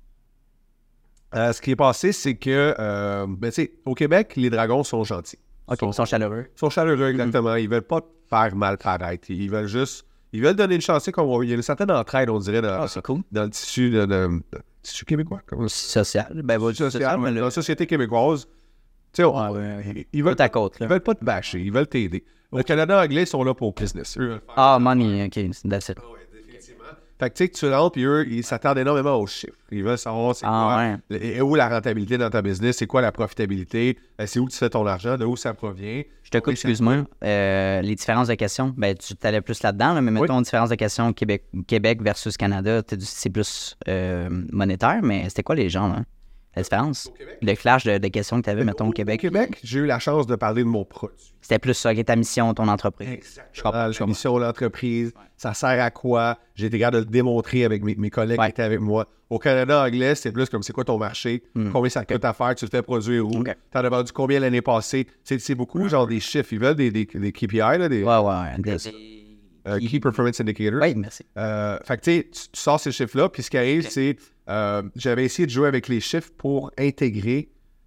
Euh, ce qui est passé, c'est que, euh, ben, tu sais, au Québec, les dragons sont gentils. OK, ils sont chaleureux. Ils sont chaleureux, exactement. Mm-hmm. Ils veulent pas te faire mal paraître. Ils veulent juste... Ils veulent donner une chance. Il y a une certaine entraide, on dirait, dans, oh, cool. dans le tissu, de, de, de, tissu québécois. Comment... Social. Ben, social, social mais dans la société québécoise. Tu sais, ouais, ouais. ils veulent, ta côte, ils veulent pas te bâcher. Ils veulent t'aider. Au Canada anglais, ils sont là pour business. Ah, money, OK, that's it. Fait que tu sais que tu rentres, puis eux, ils s'attendent énormément aux chiffres. Ils veulent savoir c'est ah, quoi, ouais. et où la rentabilité dans ta business, c'est quoi la profitabilité, c'est où tu fais ton argent, de où ça provient. Je te coupe, excuse-moi. Euh, les différences de questions, ben tu t'allais plus là-dedans, là, mais mettons oui. différence de questions Québec, Québec versus Canada, c'est plus euh, monétaire, mais c'était quoi les gens, là? La différence? Le flash de, de questions que tu avais, mettons, au Québec. Au Québec, j'ai eu la chance de parler de mon produit. C'était plus ça, ta mission, ton entreprise. Exactement. Ah, la mission de l'entreprise, ouais. ça sert à quoi? J'ai été capable de le démontrer avec mes, mes collègues ouais. qui étaient avec moi. Au Canada anglais, c'est plus comme c'est quoi ton marché, mm. combien ça coûte okay. à faire, tu le fais produire où, okay. t'en as vendu combien l'année passée. C'est, c'est beaucoup, ouais. genre des chiffres. Ils veulent des, des, des K P I, là, des... Ouais, ouais. Des, euh, Key Performance Indicators. Oui, merci. Euh, fait que tu sais, tu sors ces chiffres-là, puis ce qui arrive, okay. c'est... Euh, j'avais essayé de jouer avec les chiffres pour intégrer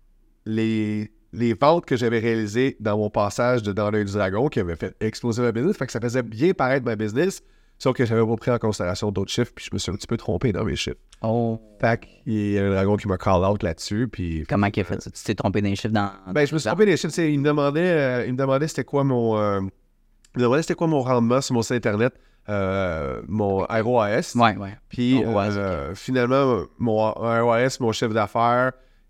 les, les ventes que j'avais réalisées dans mon passage de Dans l'œil du dragon qui avait fait exploser ma business. Fait que ça faisait bien paraître ma business, sauf que j'avais pas pris en considération d'autres chiffres, puis je me suis un petit peu trompé dans mes chiffres. Oh. Fait qu'il y a un dragon qui m'a call out là-dessus. Puis, comment il a fait ça? Tu t'es trompé dans les chiffres dans. Ben, je me suis trompé dans les chiffres. Il me demandait, euh, il me demandait c'était quoi mon. Euh, il me demandait c'était quoi mon rendement sur mon site internet. Euh, mon R O A S. Ouais, ouais. Puis oh, ouais, euh, okay. finalement, mon R O A S, mon chiffre d'affaires,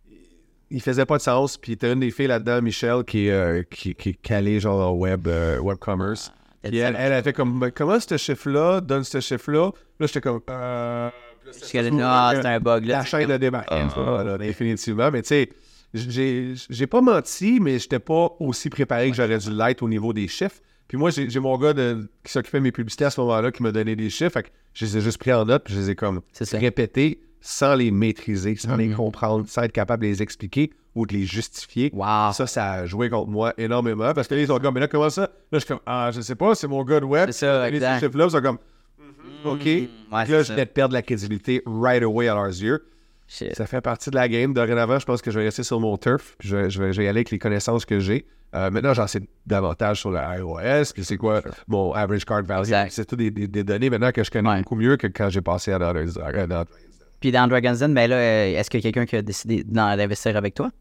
il faisait pas de sens. Puis il y a une des filles là-dedans, Michelle, qui, euh, qui, qui est calée genre en web, euh, web commerce. Ah, puis elle, elle a fait comme, comment ce chiffre-là donne ce chiffre-là? Là, j'étais comme, euh. Là, non, c'est un bug là. La chaîne de démarquage, oh. voilà, définitivement. Mais tu sais, j'ai, j'ai pas menti, mais j'étais pas aussi préparé que j'aurais dû l'être au niveau des chiffres. Puis moi, j'ai, j'ai mon gars de, qui s'occupait de mes publicités à ce moment-là qui m'a donné des chiffres. Fait que je les ai juste pris en note, puis je les ai comme répétés sans les maîtriser, sans mm-hmm. les comprendre, sans être capable de les expliquer ou de les justifier. Wow. Ça, ça a joué contre moi énormément. Parce que là, ils sont comme, mais là, comment ça? Là, je suis comme, ah, je sais pas, c'est mon gars de web. C'est ça, les exact. chiffres-là, ils sont comme, mm-hmm, OK. Ouais, là, je viens de perdre la crédibilité right away à leurs yeux. Shit. Ça fait partie de la game. Dorénavant, je pense que je vais rester sur mon turf. Puis je, vais, je, vais, je vais y aller avec les connaissances que j'ai. Euh, maintenant, j'en sais davantage sur le iOS. Puis c'est quoi mon average card value. Exact. C'est tout des, des, des données maintenant que je connais ouais. beaucoup mieux que quand j'ai passé à Dragon's Den. Puis dans Dragon's Den, ben là, est-ce qu'il y a quelqu'un qui a décidé d'investir avec toi?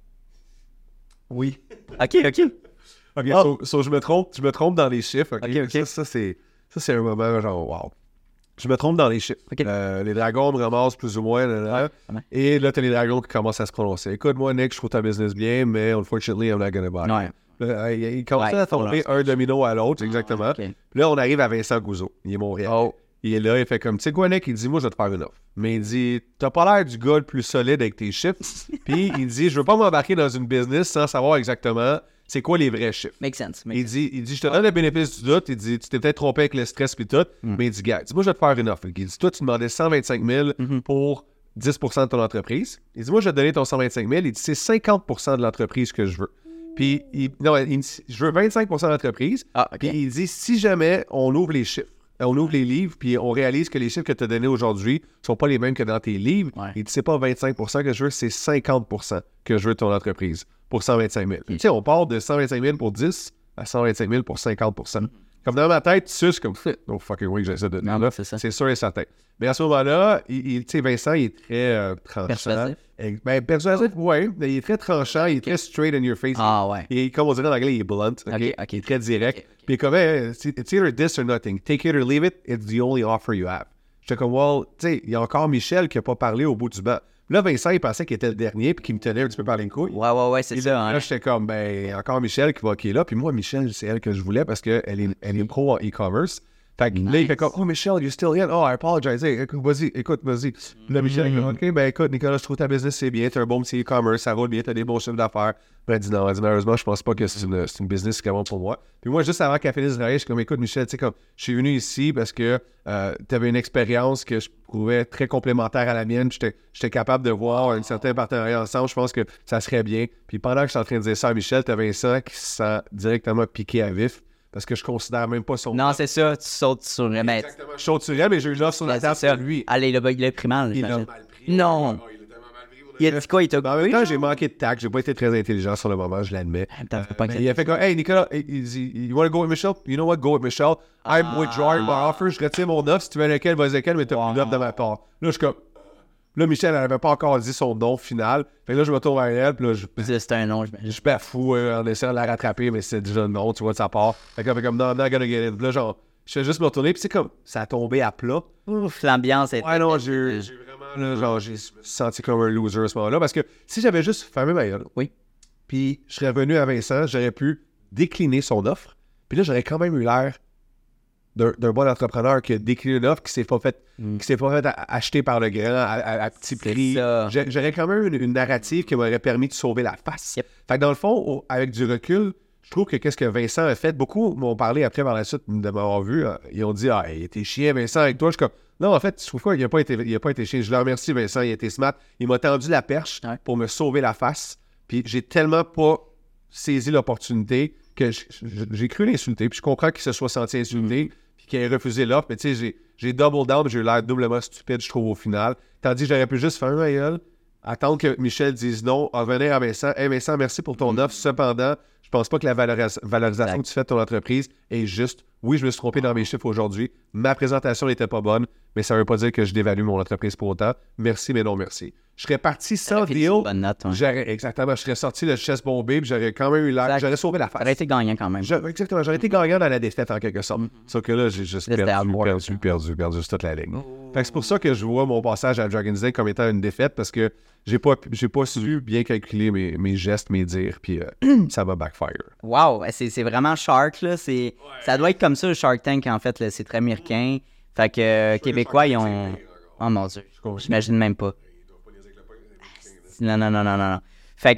Oui. OK, OK. OK, oh. so, so je, me trompe, je me trompe dans les chiffres. OK, OK. okay. Ça, ça, c'est, ça, c'est un moment genre, wow. Je me trompe dans les chiffres. Okay. Euh, les dragons me ramassent plus ou moins. Là, là, ouais. Et là, t'as les dragons qui commencent à se prononcer. Écoute, moi, Nick, je trouve ta business bien, mais unfortunately, I'm not gonna buy. Ouais. Là, il, il commence ouais, à tomber un domino à l'autre, exactement. Okay. Puis là, on arrive à Vincent Gouzeau. Il est Montréal. Oh. Il est là, il fait comme, tu sais quoi, Nick? Il dit, moi, je vais te faire une offre. Mais il dit, t'as pas l'air du gars le plus solide avec tes chiffres. Puis il dit, je veux pas m'embarquer dans une business sans savoir exactement c'est quoi les vrais chiffres. Make sense. Make il, dit, il dit, je te donne le bénéfice du doute. Il dit, tu t'es peut-être trompé avec le stress puis tout. Mm. Mais il dit, gars, dis-moi, je vais te faire une offre. Il dit, toi, tu demandais cent vingt-cinq mille mm-hmm. pour dix pour cent de ton entreprise. Il dit, moi, je vais te donner ton cent vingt-cinq mille. Il dit, c'est cinquante pour cent de l'entreprise que je veux. Puis, il, non, il, je veux vingt-cinq pour cent de l'entreprise. Ah, okay. Puis il dit, si jamais on ouvre les chiffres, on ouvre les livres, puis on réalise que les chiffres que tu as donnés aujourd'hui ne sont pas les mêmes que dans tes livres. Ouais. Il dit, c'est pas vingt-cinq pour cent que je veux, c'est cinquante pour cent que je veux de ton entreprise pour cent vingt-cinq mille. Tu sais, on part de cent vingt-cinq mille pour dix à cent vingt-cinq mille pour cinquante pour cent. Mm-hmm. Comme dans ma tête, tu sais, c'est comme, no fucking way que j'essaie de donner là. C'est, c'est sûr et certain. Mais à ce moment-là, il, il, tu sais, Vincent, il est très euh, tranchant. Persuasif. Et, ben, persuasif, oui. Il est très tranchant, il est très straight in your face. Ah, ouais. Et comme on dirait en anglais, il est blunt. Okay? Okay, okay. Il est très direct. Okay, okay. Puis comme, hey, it's either this or nothing. Take it or leave it. It's the only offer you have. J'étais comme, well, tu sais, il y a encore Michel qui n'a pas parlé au bout du banc. Là, Vincent, il pensait qu'il était le dernier puis qu'il me tenait un petit peu par les couilles. Ouais, ouais, ouais, c'est et ça. Là, hein. j'étais comme, ben, encore Michel qui, va, qui est là. Puis moi, Michel, c'est elle que je voulais parce qu'elle est, elle est pro en e-commerce. Fait que nice. Là, il fait comme, oh, Michel, you're still in. Oh, I apologize. Hey, écoute, vas-y, écoute, vas-y. Puis là, Michel, mm-hmm. OK, ben, écoute, Nicolas, je trouve ta business, c'est bien. T'as un bon petit e-commerce, ça roule bien, t'as des bons chiffres d'affaires. Ben, elle dit non, elle dit, malheureusement, je pense pas que c'est une, c'est une business qui est bon pour moi. Puis moi, juste avant qu'elle finisse de travailler, je suis comme, écoute, Michel, tu sais, comme, je suis venu ici parce que euh, t'avais une expérience que je trouvais très complémentaire à la mienne. J'étais, j'étais capable de voir un certain partenariat ensemble. Je pense que ça serait bien. Puis pendant que je suis en train de dire ça à Michel, t'as Vincent qui se sent directement piqué à vif. Parce que je considère même pas son... Non, c'est ça, tu sautes sur le maître. Exactement, je saute sur elle, mais j'ai eu l'offre sur la table sur lui. Allez, il a, il a pris mal. Il a mal pris. Non. Oh, il a tellement mal pris. Il a dit quoi? Il t'a En même temps, j'ai manqué de tact. J'ai pas été très intelligent sur le moment, je l'admets. Euh, il a fait comme, hey, Nicolas, il dit, you want to go with Michelle? You know what? Go with Michelle. I'm ah. withdrawing my offer. Je retire mon offre. Si tu veux lequel, vas-y lequel, mais t'as wow. plus d'offre de ma part. Là, je suis comme... Là, Michel, elle n'avait pas encore dit son nom final. Fait que là, je me tourne vers elle, puis là, je... C'était un nom, je Je suis pas fou euh, en essayant de la rattraper, mais c'est déjà non, tu vois, de sa part. Fait que là, comme, non, I'm not gonna get it. Puis là, genre, je fais juste me retourner, puis c'est comme, ça a tombé à plat. Ouf, l'ambiance est... Ouais, non, j'ai, j'ai vraiment, là, genre, j'ai senti comme un loser à ce moment-là, parce que si j'avais juste fermé ma gueule, oui, puis je serais revenu à Vincent, j'aurais pu décliner son offre, puis là, j'aurais quand même eu l'air D'un, d'un bon entrepreneur qui a décliné une offre, qui s'est pas fait, mm. qui s'est pas fait acheter par le grand à, à, à petit prix. J'ai, j'aurais quand même une, une narrative qui m'aurait permis de sauver la face. Yep. Fait que dans le fond, au, avec du recul, je trouve que qu'est-ce que Vincent a fait, beaucoup m'ont parlé après par la suite de m'avoir vu. Euh, ils ont dit, ah, il était chien, Vincent, avec toi. Je suis comme, non, en fait, je trouve pas qu'il n'a pas été, il a pas été chien. Je le remercie, Vincent, il a été smart. Il m'a tendu la perche ouais. pour me sauver la face. Puis j'ai tellement pas saisi l'opportunité que j, j, j'ai cru l'insulter. Puis je comprends qu'il se soit senti insulté. Mm. Qui a refusé l'offre, mais tu sais, j'ai, j'ai double down, j'ai eu l'air doublement stupide, je trouve, au final. Tandis que j'aurais pu juste faire un gueule, attendre que Michel dise non, en venir à Vincent. Hey Vincent, merci pour ton offre. Cependant, je pense pas que la valoris- valorisation que tu fais de ton entreprise est juste. Oui, je me suis trompé dans mes chiffres aujourd'hui. Ma présentation n'était pas bonne, mais ça ne veut pas dire que je dévalue mon entreprise pour autant. Merci, mais non merci. Je serais parti sans deal. Note, ouais. J'aurais, exactement, je serais sorti le chest bombé, puis j'aurais quand même eu l'air. Exact. J'aurais sauvé la face. J'aurais été gagnant quand même. J'aurais, exactement, j'aurais été gagnant dans la défaite en quelque sorte. Mm-hmm. Sauf que là, j'ai juste perdu, perdu, perdu, perdu, perdu sur toute la ligne. Oh. Fait que c'est pour ça que je vois mon passage à Dragon's Den comme étant une défaite, parce que j'ai pas, j'ai pas su bien calculer mes, mes gestes, mes dires, puis euh, ça va backfire. Wow, c'est, c'est vraiment Shark, là. C'est, ouais. Ça doit être comme ça, le Shark Tank, en fait. Là. C'est très américain. Fait que euh, Québécois, ils ont... Oh mon Dieu, j'imagine même pas. Non, non, non, non, non. Fait que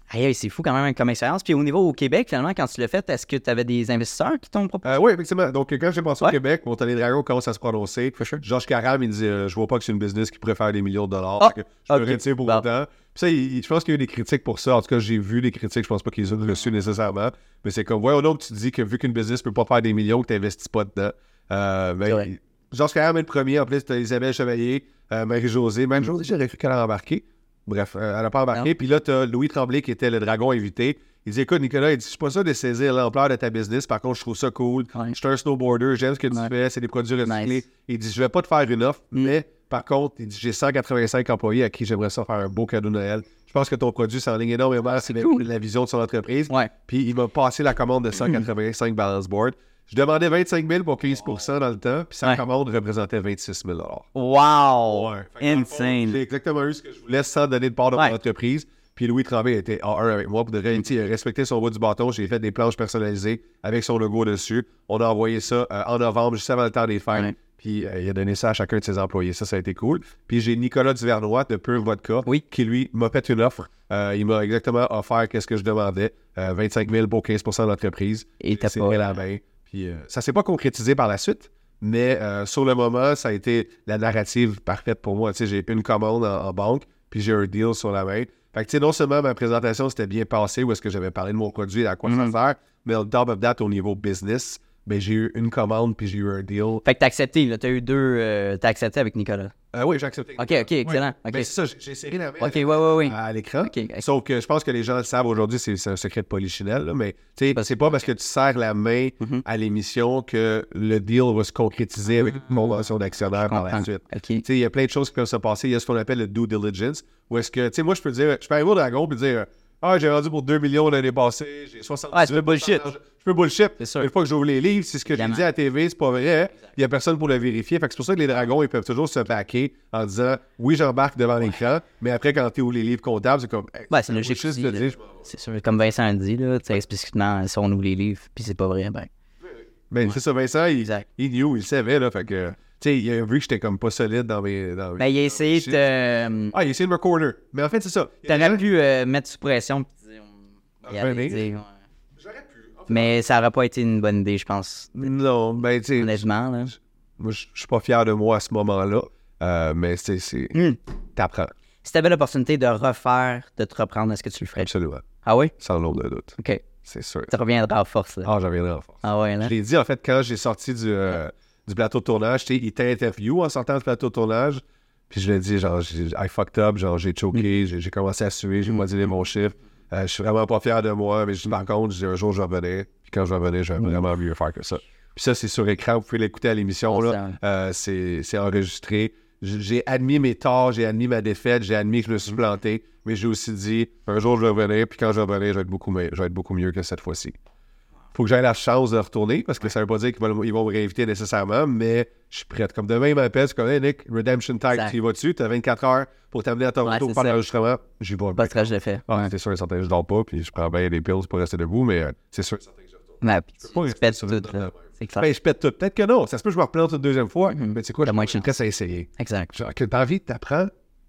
Aïe, c'est fou quand même comme expérience. Puis au niveau au Québec, finalement, quand tu l'as fait, est-ce que tu avais des investisseurs qui t'ont proposé? Euh, oui, effectivement. Donc, quand j'ai passé Ouais. au Québec, mon Tony Dragon commence à se prononcer. sure. Georges Caram, il dit euh, je vois pas que c'est une business qui pourrait faire des millions de dollars. Ah, Fait que je peux ok. retirer pour Bon. autant. Puis ça, il- je pense qu'il y a eu des critiques pour ça. En tout cas, j'ai vu des critiques. Je pense pas qu'ils les ont reçues nécessairement. Mais c'est comme, voyons donc, tu dis que vu qu'une business peut pas faire des millions, que tu n'investis pas dedans. Euh, C'est vrai. ben, Georges Caram est le premier. En plus, tu as Isabelle Chevalier, euh, Marie-Josée. Marie-Josée, j'aurais cru qu'elle a embarqué. Bref, euh, elle n'a pas embarqué. Non. Puis là, tu as Louis Tremblay qui était le dragon invité. Il dit écoute, Nicolas, il dit, je suis pas sûr de saisir l'ampleur de ta business. Par contre, je trouve ça cool. Ouais. Je suis un snowboarder, j'aime ce que tu Ouais. fais, c'est des produits recyclés. Nice. Il dit je vais pas te faire une offre, Mm. mais par contre, il dit j'ai cent quatre-vingt-cinq employés à qui j'aimerais ça faire un beau cadeau de Noël. Je pense que ton produit s'enligne énormément avec cool. la vision de son entreprise. Ouais. Puis il m'a passé la commande de cent quatre-vingt-cinq balance board. Je demandais vingt-cinq mille pour quinze pour cent dans le temps, puis sa Ouais. commande représentait vingt-six mille dollars. Wow! Ouais. Fait que dans le fond, Insane. J'ai exactement eu ce que je voulais sans donner de part de Ouais. mon entreprise. Puis Louis Tremblay était A un avec moi pour de vrai. Il a respecté son bout du bâton. J'ai fait des planches personnalisées avec son logo dessus. On a envoyé ça euh, en novembre, juste avant le temps des fêtes. Ouais. Puis euh, il a donné ça à chacun de ses employés. Ça, ça a été cool. Puis j'ai Nicolas Duvernois de Pure Vodka Oui. qui, lui, m'a fait une offre. Euh, il m'a exactement offert qu'est-ce que je demandais. Euh, vingt-cinq mille pour quinze pour cent de l'entreprise. Et J'ai t'as serré pas- la main. Puis euh, ça s'est pas concrétisé par la suite. Mais euh, sur le moment, ça a été la narrative parfaite pour moi. Tu sais, j'ai une commande en, en banque, puis j'ai un deal sur la main. Fait que, tu sais, non seulement ma présentation s'était bien passée, où est-ce que j'avais parlé de mon produit et à quoi Mhm. ça sert, mais on top of that, au niveau business, ben, j'ai eu une commande, puis j'ai eu un deal. Fait que t'as accepté, là. T'as eu deux. Euh, t'as accepté avec Nicolas. Euh, oui, j'ai accepté. Ok, ok, excellent. Ok. Ben, c'est ça, j'ai, j'ai serré la main Ok, ouais, ouais, ouais. à l'écran. Ok, ok. Sauf que je pense que les gens le savent aujourd'hui, c'est, c'est un secret de polichinelle, là, mais tu sais, c'est pas parce que tu serres la main Mhm. à l'émission que le deal va se concrétiser avec une convention d'actionnaire par la comprends. suite. Ok. Tu sais, il y a plein de choses qui peuvent se passer. Il y a ce qu'on appelle le due diligence, où est-ce que, tu sais, moi, je peux dire, je peux arriver au dragon et dire, ah, j'ai vendu pour deux millions l'année passée, j'ai soixante-dix Ouais, tu peux bullshit. Je peux bullshit. C'est sûr. Une fois que j'ouvre les livres, c'est ce que j'ai Évidemment. dit à la T V, c'est pas vrai. Il y a personne pour le vérifier. Fait que c'est pour ça que les dragons, ils peuvent toujours se backer en disant, oui, j'embarque devant l'écran, mais après, quand tu ouvres les livres comptables, c'est comme, hey, Ouais, c'est logique bullshit, aussi, je te là. dis, je m'en vais. C'est sûr, comme Vincent a dit, là, tu sais, explicitement, si on ouvre les livres, puis c'est pas vrai, ben. Ben, c'est ça, Vincent, il, Exact. il knew, il savait, là. Fait que, tu sais, il a vu que j'étais comme pas solide dans mes. Dans mes- Ben, il a essayé shit. de. euh, Ah, il a essayé de me corner. Mais en fait, c'est ça. Il y a des T'aurais gens- pu euh, mettre sous pression, puis dire. on- y Ah, aller, venez. dire, ouais. J'aurais pu. En fait, Mais ça aurait pas été une bonne idée, je pense. Non, ben, tu sais, Honnêtement, là. moi, je je suis pas fier de moi à ce moment-là. Euh, mais c'est. c'est... Hmm. T'apprends. Si t'avais l'opportunité de refaire, de te reprendre, est-ce que tu le ferais? Absolument. Ah oui? Sans l'ombre de doute. Ok. C'est sûr. Tu reviendras en force, là. Ah, j'en reviendrai en force. Ah ouais, là. Je l'ai dit, en fait, quand j'ai sorti du, euh, du plateau de tournage, tu sais, il t'interview en sortant du plateau de tournage. Puis je l'ai dit, genre, j'ai, I fucked up, genre, j'ai choqué, j'ai, j'ai commencé à suer, j'ai modulé mon chiffre. Euh, je suis vraiment pas fier de moi, mais je dis, par contre, je dis, un jour, je revenais. Puis quand je revenais, je vais vraiment mieux faire que ça. Puis ça, c'est sur écran, vous pouvez l'écouter à l'émission, là. Euh, c'est, c'est enregistré. J- J'ai admis mes torts, j'ai admis ma défaite, j'ai admis que je me suis planté, mais j'ai aussi dit, un jour, je vais revenir, puis quand je vais revenir, je vais être beaucoup, me- je vais être beaucoup mieux que cette fois-ci. Faut que j'aie la chance de retourner, parce que ça veut pas dire qu'ils vont, ils vont me réinviter nécessairement, mais je suis prête. Comme demain, ils m'appellent, c'est comme, hey Nick, Redemption Tag, Exact. tu y vas-dessus, t'as vingt-quatre heures pour t'amener à Toronto Ouais, pour c'est faire ça. l'enregistrement. J'y vais. Pas très, je l'ai fait. Ah, c'est sûr et certain, je dors pas, puis je prends bien des pills pour rester debout, mais euh, c'est sûr et certain que je retourne. Ouais, puis tu, pas tu rester pètes sur tout, une là. note de C'est clair. Ben, je pète tout. Peut-être que non. Ça se peut que je me replante une deuxième fois, Mhm. mais tu sais quoi, T'as je moins de suis chance. prêt à essayer. Exact. Genre, que t'as envie, t'apprends.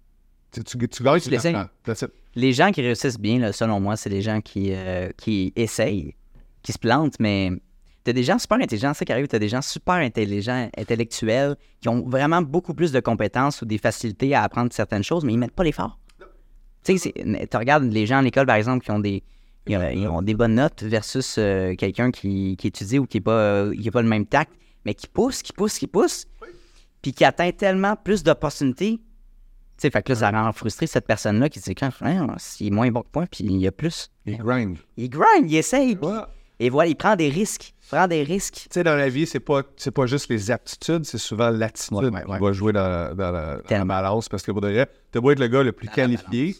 Tu, tu, tu gagnes, tu l'essayes. l'apprends. That's it. Les gens qui réussissent bien, là, selon moi, c'est les gens qui, euh, qui essayent, qui se plantent, mais t'as des gens super intelligents, c'est ça qui arrive, t'as des gens super intelligents, intellectuels, qui ont vraiment beaucoup plus de compétences ou des facilités à apprendre certaines choses, mais ils mettent pas l'effort. Tu sais, c'est- tu regardes les gens à l'école, par exemple, qui ont des, ils ont, ils ont des bonnes notes versus euh, quelqu'un qui, qui étudie ou qui n'a pas, euh, qui a pas le même tact, mais qui pousse, qui pousse, qui pousse, puis qui atteint tellement plus d'opportunités. Tu sais, fait que là, ça rend frustré cette personne-là qui dit quand il est moins bon que moi, puis il y a plus. Il grind. Il grind, il essaye, puis- Ouais. et voilà, il prend des risques. Il prend des risques. Tu sais, dans la vie, c'est pas, c'est pas juste les aptitudes, c'est souvent l'attitude Ouais, ouais, ouais. qui va jouer dans, la- dans la, dans la Tellement. balance. Parce que pour de vrai, t'as beau être le gars le plus Dans la qualifié.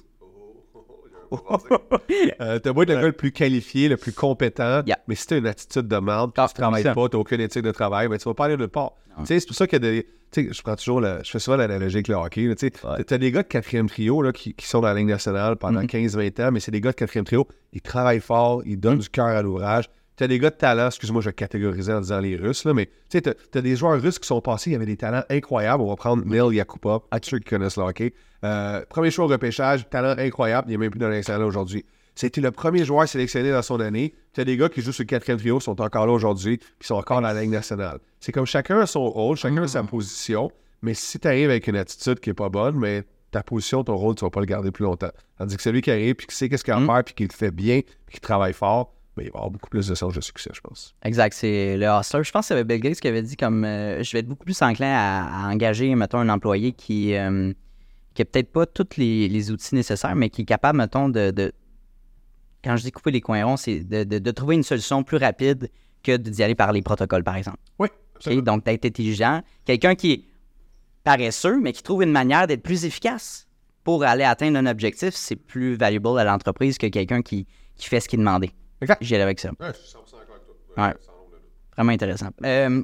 Euh, t'as beau être le gars le plus qualifié, le plus compétent, Yeah. mais si t'as une attitude de merde, Ah, tu travailles ça. pas, t'as aucune éthique de travail, ben tu vas pas aller nulle part. Tu sais, c'est pour ça qu'il y a des. Tu sais, je prends toujours le, je fais souvent l'analogie avec le hockey. Là, tu sais. Ouais. T'as des gars de quatrième trio là, qui, qui sont dans la Ligue nationale pendant Mhm. quinze vingt ans, mais c'est des gars de quatrième trio, ils travaillent fort, ils donnent du cœur à l'ouvrage. T'as des gars de talent, excuse-moi, je vais catégoriser en disant les Russes, là, mais tu sais, t'as, t'as des joueurs russes qui sont passés, il y avait des talents incroyables. On va prendre Neil Yakupov, ceux qui connaissent le hockey. Euh, premier choix au repêchage, talent incroyable, il n'est même plus dans l'international aujourd'hui. C'était le premier joueur sélectionné dans son année. Tu as des gars qui jouent sur le quatrième trio, sont encore là aujourd'hui, puis sont encore dans la Ligue nationale. C'est comme chacun a son rôle, chacun a sa position, mais si tu arrives avec une attitude qui n'est pas bonne, mais ta position, ton rôle, tu ne vas pas le garder plus longtemps. Tandis que celui qui arrive, puis qui sait qu'est-ce qu'il a à faire, puis qui le fait bien, puis qui travaille fort, ben, il va avoir beaucoup plus de chances de succès, je pense. Exact, c'est le hustler. Je pense que c'est Bill Gates qui avait dit comme euh, je vais être beaucoup plus enclin à, à engager, mettons, un employé qui euh, qui n'a peut-être pas tous les, les outils nécessaires, mais qui est capable, mettons, de, de quand je dis couper les coins ronds, c'est de, de, de trouver une solution plus rapide que d'y aller par les protocoles, par exemple. Oui, okay? Donc, d'être intelligent. Quelqu'un qui est paresseux, mais qui trouve une manière d'être plus efficace pour aller atteindre un objectif, c'est plus valuable à l'entreprise que quelqu'un qui, qui fait ce qui est demandé. Exact. J'irai avec ça. Ouais, je suis cent pour cent d'accord avec toi. Ouais. Vraiment intéressant. Euh,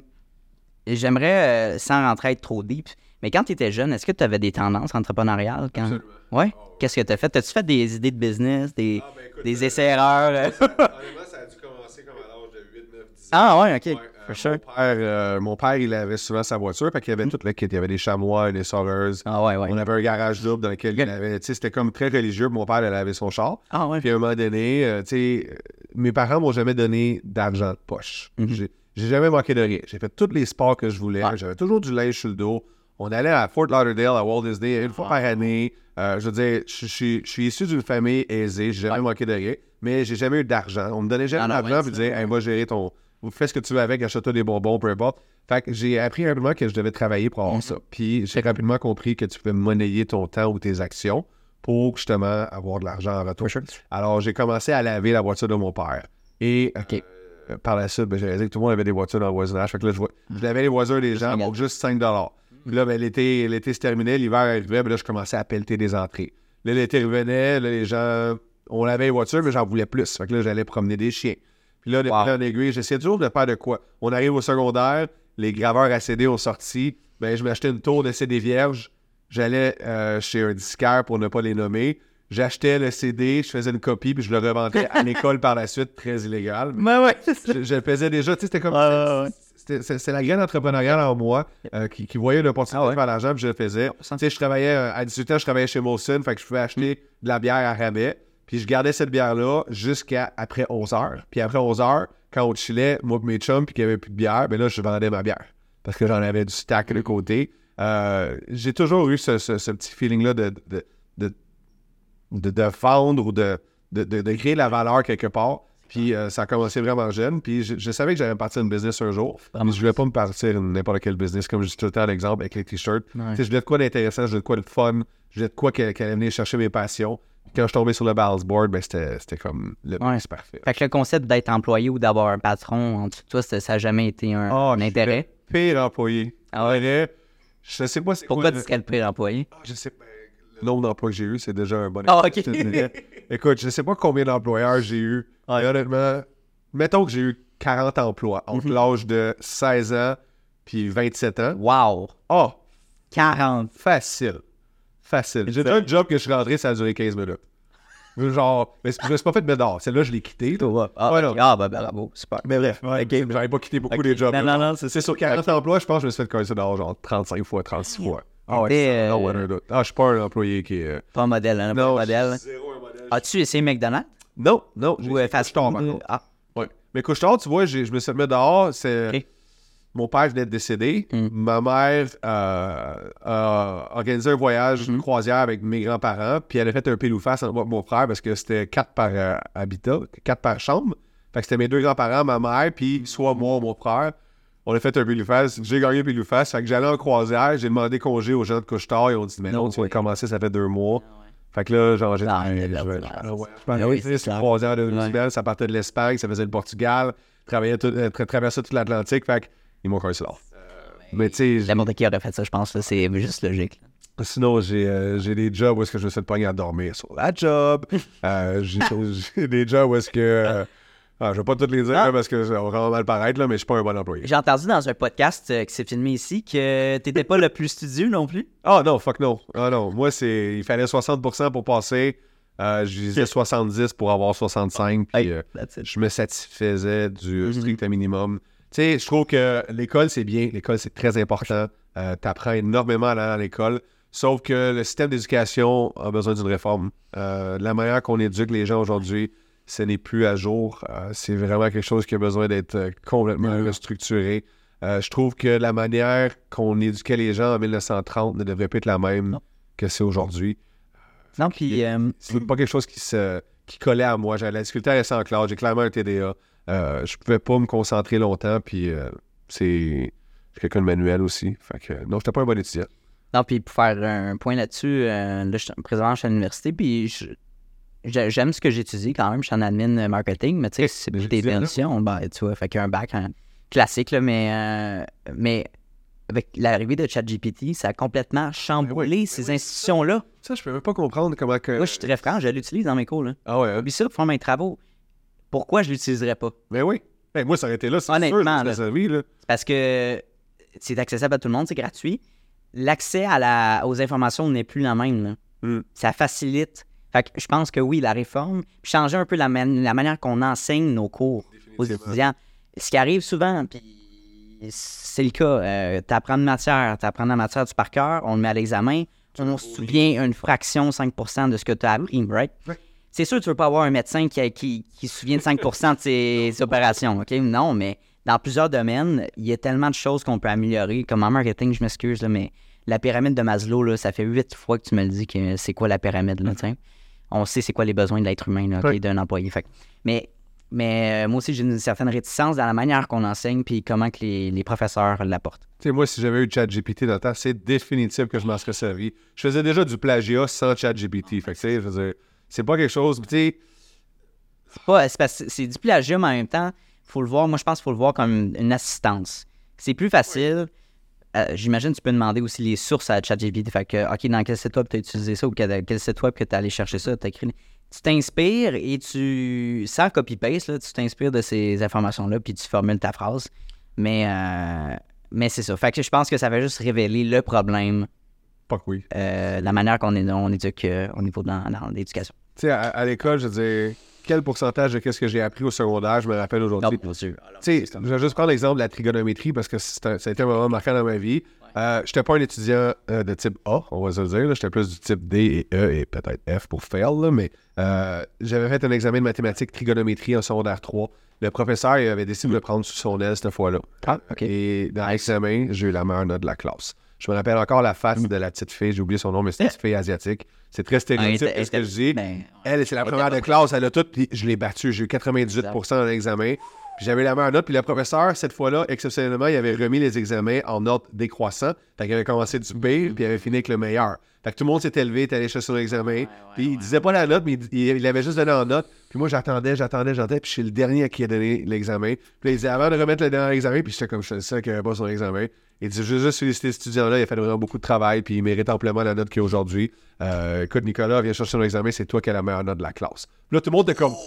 j'aimerais, euh, sans rentrer être trop deep, mais quand tu étais jeune, est-ce que tu avais des tendances entrepreneuriales? Quand... Absolument. Ouais? Oh, ouais. Qu'est-ce que tu as fait? T'as-tu fait des idées de business, des, Ah, ben, écoute, des euh, essais-erreurs? euh? Honnêtement, ça a dû commencer comme à l'âge de huit, neuf, dix ans. Ah ouais, OK. Ouais, euh, For sure. Mon père, euh, mon père, il avait souvent sa voiture, fait qu'il y avait tout le kit. Il y avait des chamois, des soreuses. Ah ouais, ouais. On avait un garage double dans lequel il avait... Tu sais, c'était comme très religieux. Mon père, il avait son char. Ah ouais. Puis à un moment donné, euh, tu sais, euh, mes parents m'ont jamais donné d'argent de poche. Mhm. J'ai, j'ai jamais manqué de rien. J'ai fait tous les sports que je voulais. Ouais. J'avais toujours du linge sur le dos. On allait à Fort Lauderdale, à Walt Disney, une fois par année. Euh, je veux dire, je, je, je suis issu d'une famille aisée. J'ai jamais Ouais. manqué de rien. Mais j'ai jamais eu d'argent. On me donnait jamais Ah non, d'argent ouais, puis c'est disait, hey, va gérer ton... Fais ce que tu veux avec, achète-toi des bonbons, peu importe. Fait que j'ai appris rapidement que je devais travailler pour avoir Mhm. ça. Puis j'ai rapidement compris que tu pouvais monnayer ton temps ou tes actions pour justement avoir de l'argent en retour. For sure. Alors j'ai commencé à laver la voiture de mon père. Et OK. euh, par la suite, ben, j'ai réalisé que tout le monde avait des voitures dans le voisinage. Fait que là, je, vois- je lavais les voitures des gens pour juste cinq dollars. Puis là, ben, l'été, l'été se terminait, l'hiver arrivait, ben là, je commençais à pelleter des entrées. Là, l'été revenait, là, les gens, on lavait les voitures, mais j'en voulais plus. Fait que là, j'allais promener des chiens. Puis là, de Wow. fil en aiguille, j'essayais toujours de faire de quoi. On arrive au secondaire, les graveurs à C D ont sorti, ben, je m'achetais une tour de C D vierge, j'allais euh, chez un disquaire pour ne pas les nommer, j'achetais le C D, je faisais une copie, puis je le revendais à l'école par la suite, très illégal. Mais Ouais, ouais, c'est ça. je, je le faisais déjà, tu sais, c'était comme... Ouais, ouais, ouais. C'était, c'est, c'est la graine entrepreneuriale en moi euh, qui, qui voyait l'opportunité Ah ouais. de faire l'argent, puis je le faisais. Tu sais, je travaillais, euh, à dix-huit ans, je travaillais chez Molson, fait que je pouvais acheter de la bière à rabais, puis je gardais cette bière-là jusqu'à après onze heures. Puis après onze heures, quand on chillait, moi et mes chums, puis qu'il n'y avait plus de bière, ben là, je vendais ma bière. Parce que j'en avais du stack de côté. Euh, j'ai toujours eu ce, ce, ce petit feeling-là de, de, de, de, de vendre ou de, de, de, de créer la valeur quelque part. Puis euh, ça a commencé vraiment jeune. Puis je, je savais que j'allais me partir une business un jour. Mais je voulais pas me partir n'importe quel business. Comme je dis tout le temps, l'exemple avec les t-shirts. Ouais. Tu sais, je voulais de quoi d'intéressant, je voulais de quoi de fun, je voulais de quoi qui qui allait venir chercher mes passions. Puis quand je suis tombé sur le balance board, ben c'était, c'était comme le Ouais. mix parfait. Fait que le concept d'être employé ou d'avoir un patron en dessous de toi, ça n'a jamais été un, Ah, un je suis intérêt. le pire employé. Ah ouais? Vrai, je sais pas c'est Pourquoi quoi tu le- serais le pire employé? Ah, je sais pas. Le nombre d'emplois que j'ai eu, c'est déjà un bon Ah, exemple, ok. je te dirais. Écoute, je sais pas combien d'employeurs j'ai eu. Ouais. Mais honnêtement, mettons que j'ai eu quarante emplois entre Mhm. l'âge de seize ans puis vingt-sept ans. Wow! Ah, quarante! facile. Facile. J'ai déjà un job que je suis rentré, ça a duré quinze minutes. Genre, mais je me suis pas fait mettre dehors. Celle-là, je l'ai quitté. Ah, Ouais, ok. non. ah ben bravo, super. Mais bref, j'en ai pas quitté beaucoup Ok. des jobs. Non, là. non, non, c'est C'est sur quarante emplois, je pense que je me suis fait coller ça dehors genre trente-cinq fois, trente-six fois. Ah ouais, T'es, ça, euh, non, ouais, un doute. Ah, je suis pas un employé qui est... euh, Pas un modèle, hein, pas un Non, modèle. je suis zéro un modèle. As-tu essayé McDonald's? Non, non. j'ai Ou euh, fait fast couche-tard, food? par contre. Ah, Ouais. Mais couche-tard, tu vois, j'ai- je me suis fait mettre dehors. C'est... Ok. Mon père venait de décéder. Mm. Ma mère euh, a organisé un voyage, une croisière avec mes grands-parents. Puis elle a fait un pile ou face avec moi et mon frère parce que c'était quatre par euh, habitat, quatre par chambre. Fait que c'était mes deux grands-parents, ma mère, puis soit moi ou mon frère. On a fait un pile ou face. J'ai gagné un pile ou face. Fait que j'allais en croisière. J'ai demandé congé aux gens de couche-tard. Ils ont dit, mais non, No tu vas way. commencer, ça fait deux mois. Fait que là, genre, j'ai dit, Non, Hey, mais là, je vais- là, ah ouais, je Ah pense oui, que c'est c'est une clair. croisière de deux Ouais. semaines. Ça partait de l'Espagne, ça faisait le Portugal, travaillait tout, euh, tra- traversait tout l'Atlantique. Fait qu'ils m'ont collé ça là. Mais tu sais, j'ai- N'importe qui aurait fait ça, je pense. Là, c'est juste logique. sinon, j'ai euh, j'ai des jobs où est-ce que je me suis fait pogner à dormir sur la job. Euh, j'ai j'ai des jobs où est-ce que... euh, ah, je vais pas toutes les dire Ah. là, parce que ça va vraiment mal paraître, là, mais je suis pas un bon employé. J'ai entendu dans un podcast euh, qui s'est filmé ici que t'étais pas le plus studieux non plus. Ah non, fuck non. Ah non, moi, c'est il fallait soixante pour cent pour passer. Euh, je disais soixante-dix pour avoir soixante-cinq. Puis Hey, euh, that's it. je me satisfaisais du Mhm. strict minimum. Tu sais, je trouve que l'école, c'est bien. L'école, c'est très important. Euh, tu apprends énormément à aller à l'école. Sauf que le système d'éducation a besoin d'une réforme. Euh, la manière qu'on éduque les gens aujourd'hui, ce n'est plus à jour. Euh, c'est vraiment quelque chose qui a besoin d'être euh, complètement restructuré. Euh, je trouve que la manière qu'on éduquait les gens en mille neuf cent trente ne devrait pas être la même non. que c'est aujourd'hui. Non, puis... Euh... C'est pas quelque chose qui, se, qui collait à moi. J'avais la difficulté à rester en classe. J'ai clairement un T D A. Euh, je pouvais pas me concentrer longtemps, puis euh, c'est... J'ai quelqu'un de manuel aussi. Fait que non, j'étais pas un bon étudiant. Non, puis pour faire un point là-dessus, euh, là, je, présentement, je suis à l'université, puis je, je, j'aime ce que j'étudie quand même. Je suis en admin marketing, mais tu sais, c'est plus des notions. Ben, tu vois, fait qu'il y a un bac hein, classique, là, mais, euh, mais avec l'arrivée de ChatGPT, ça a complètement chamboulé oui, ces oui, institutions-là. Ça, ça je peux même pas comprendre comment que... Moi, je suis très franc, je l'utilise dans mes cours. Là. Ah ouais? Hein? Puis ça, pour faire mes travaux, pourquoi je l'utiliserais pas? Ben oui. Ben, moi, ça aurait été là, c'est honnêtement, sûr, là, servi, là. C'est parce que c'est accessible à tout le monde, c'est gratuit. L'accès à la, aux informations n'est plus la même. Là. Mm. Ça facilite. Fait que je pense que oui, la réforme, puis changer un peu la, man- la manière qu'on enseigne nos cours aux étudiants. Ce qui arrive souvent, puis c'est le cas, euh, tu apprends une matière, tu apprends la matière du par cœur, on le met à l'examen, on se souvient une fraction, cinq pour cent de ce que tu as appris, right? Ouais. C'est sûr que tu veux pas avoir un médecin qui, qui, qui se souvient de cinq pour cent de ses opérations, OK? Non, mais dans plusieurs domaines, il y a tellement de choses qu'on peut améliorer. Comme en marketing, je m'excuse, là, mais la pyramide de Maslow, là, ça fait huit fois que tu me le dis que c'est quoi la pyramide, là, mm-hmm. On sait c'est quoi les besoins de l'être humain, là, okay, oui. d'un employé. Fait. Mais, mais euh, moi aussi, j'ai une certaine réticence dans la manière qu'on enseigne puis comment que les, les professeurs l'apportent. Tu sais, moi, si j'avais eu ChatGPT dans le temps, c'est définitif que je m'en serais servi. Je faisais déjà du plagiat sans ChatGPT. Fait que, tu sais, je veux dire, c'est pas quelque chose, tu sais... C'est pas... C'est, parce, c'est du plagiat, mais en même temps, faut le voir, moi, je pense qu'il faut le voir comme une assistance. C'est plus facile... Oui. Euh, j'imagine que tu peux demander aussi les sources à ChatGPT. Fait que, OK, dans quel site web tu as utilisé ça ou quel, quel site web que tu es allé chercher ça, tu as écrit. Tu t'inspires et tu, sans copy-paste, là, tu t'inspires de ces informations-là puis tu formules ta phrase. Mais, euh, mais c'est ça. Fait que je pense que ça va juste révéler le problème. Pas que oui. Euh, la manière qu'on est, on éduque euh, au niveau de dans, dans l'éducation. Tu sais, à, à l'école, je veux dire, quel pourcentage de ce que j'ai appris au secondaire, je me rappelle aujourd'hui. Non, bien sûr. Tu sais, je vais juste prendre l'exemple de la trigonométrie parce que c'est un, ça a été un moment marquant dans ma vie. Ouais. Euh, j'étais pas un étudiant euh, de type A, on va se le dire. Là. J'étais plus du type D et E et peut-être F pour fail, là, mais euh, j'avais fait un examen de mathématiques trigonométrie en secondaire trois. Le professeur il avait décidé de le prendre sous son aile cette fois-là. Ah, OK. Et dans l'examen, j'ai eu la meilleure note de la classe. Je me rappelle encore la face de la petite fille, j'ai oublié son nom, mais c'était une petite fille asiatique. C'est très stéréotype, ah, ce que je dis. Ben, elle, c'est la première de classe, elle a tout, puis je l'ai battue. J'ai eu quatre-vingt-dix-huit pour cent dans l'examen. Puis j'avais la meilleure note, puis le professeur, cette fois-là, exceptionnellement, il avait remis les examens en ordre décroissant. Fait qu'il avait commencé du pire, puis il avait fini avec le meilleur. Fait que tout le monde s'est élevé, était allé chercher son examen. Ouais, ouais, puis il ouais, disait pas la note, mais il, il, il avait juste donné en note. Puis moi, j'attendais, j'attendais, j'attendais, puis je suis le dernier à qui a donné l'examen. Puis là, il disait, avant de remettre le dernier examen, puis j'étais comme, je sais qu'il n'avait pas son examen. Il dit, je veux juste féliciter cet étudiant-là, il a fait vraiment beaucoup de travail, puis il mérite amplement la note qu'il a aujourd'hui. Euh, écoute, Nicolas, viens chercher ton examen, c'est toi qui as la meilleure note de la classe. Puis là, tout le monde était comme...